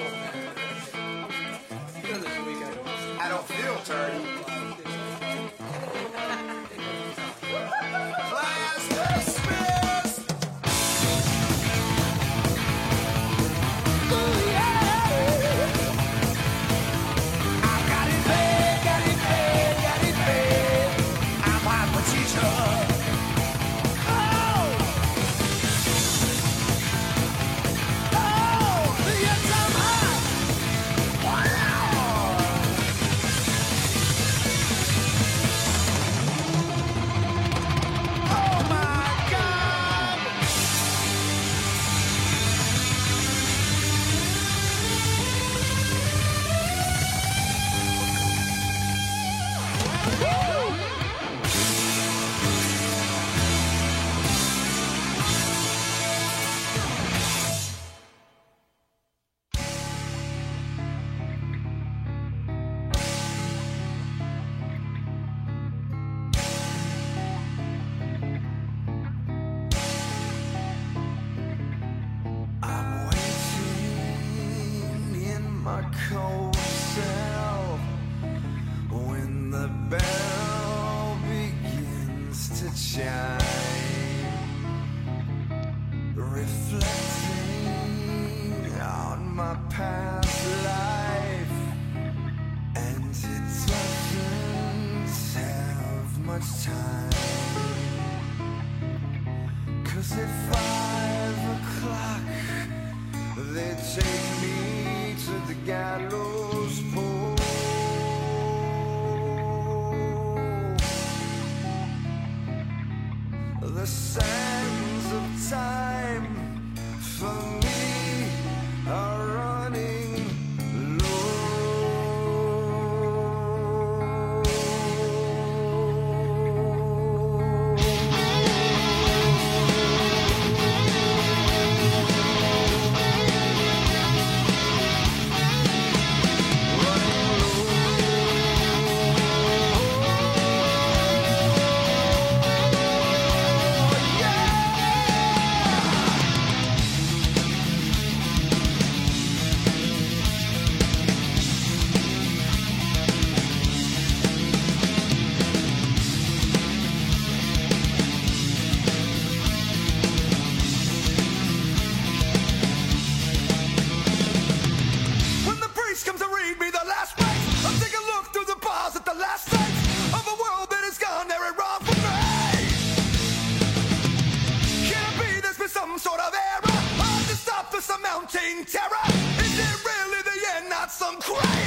I don't feel dirty. Class dismissed. Ooh, yeah. I got it bad, got it bad, got it bad. I'm hot for teacher. Oh! Oh, yes, I'm hot. Wow. Oh my God. I'm waiting in my cold cell when the bell begins to chime, reflecting on my past life, and it doesn't have much time. 'Cause at 5 o'clock they take me to the gallows pole. The sands of time for me are running Yeah! some crazy.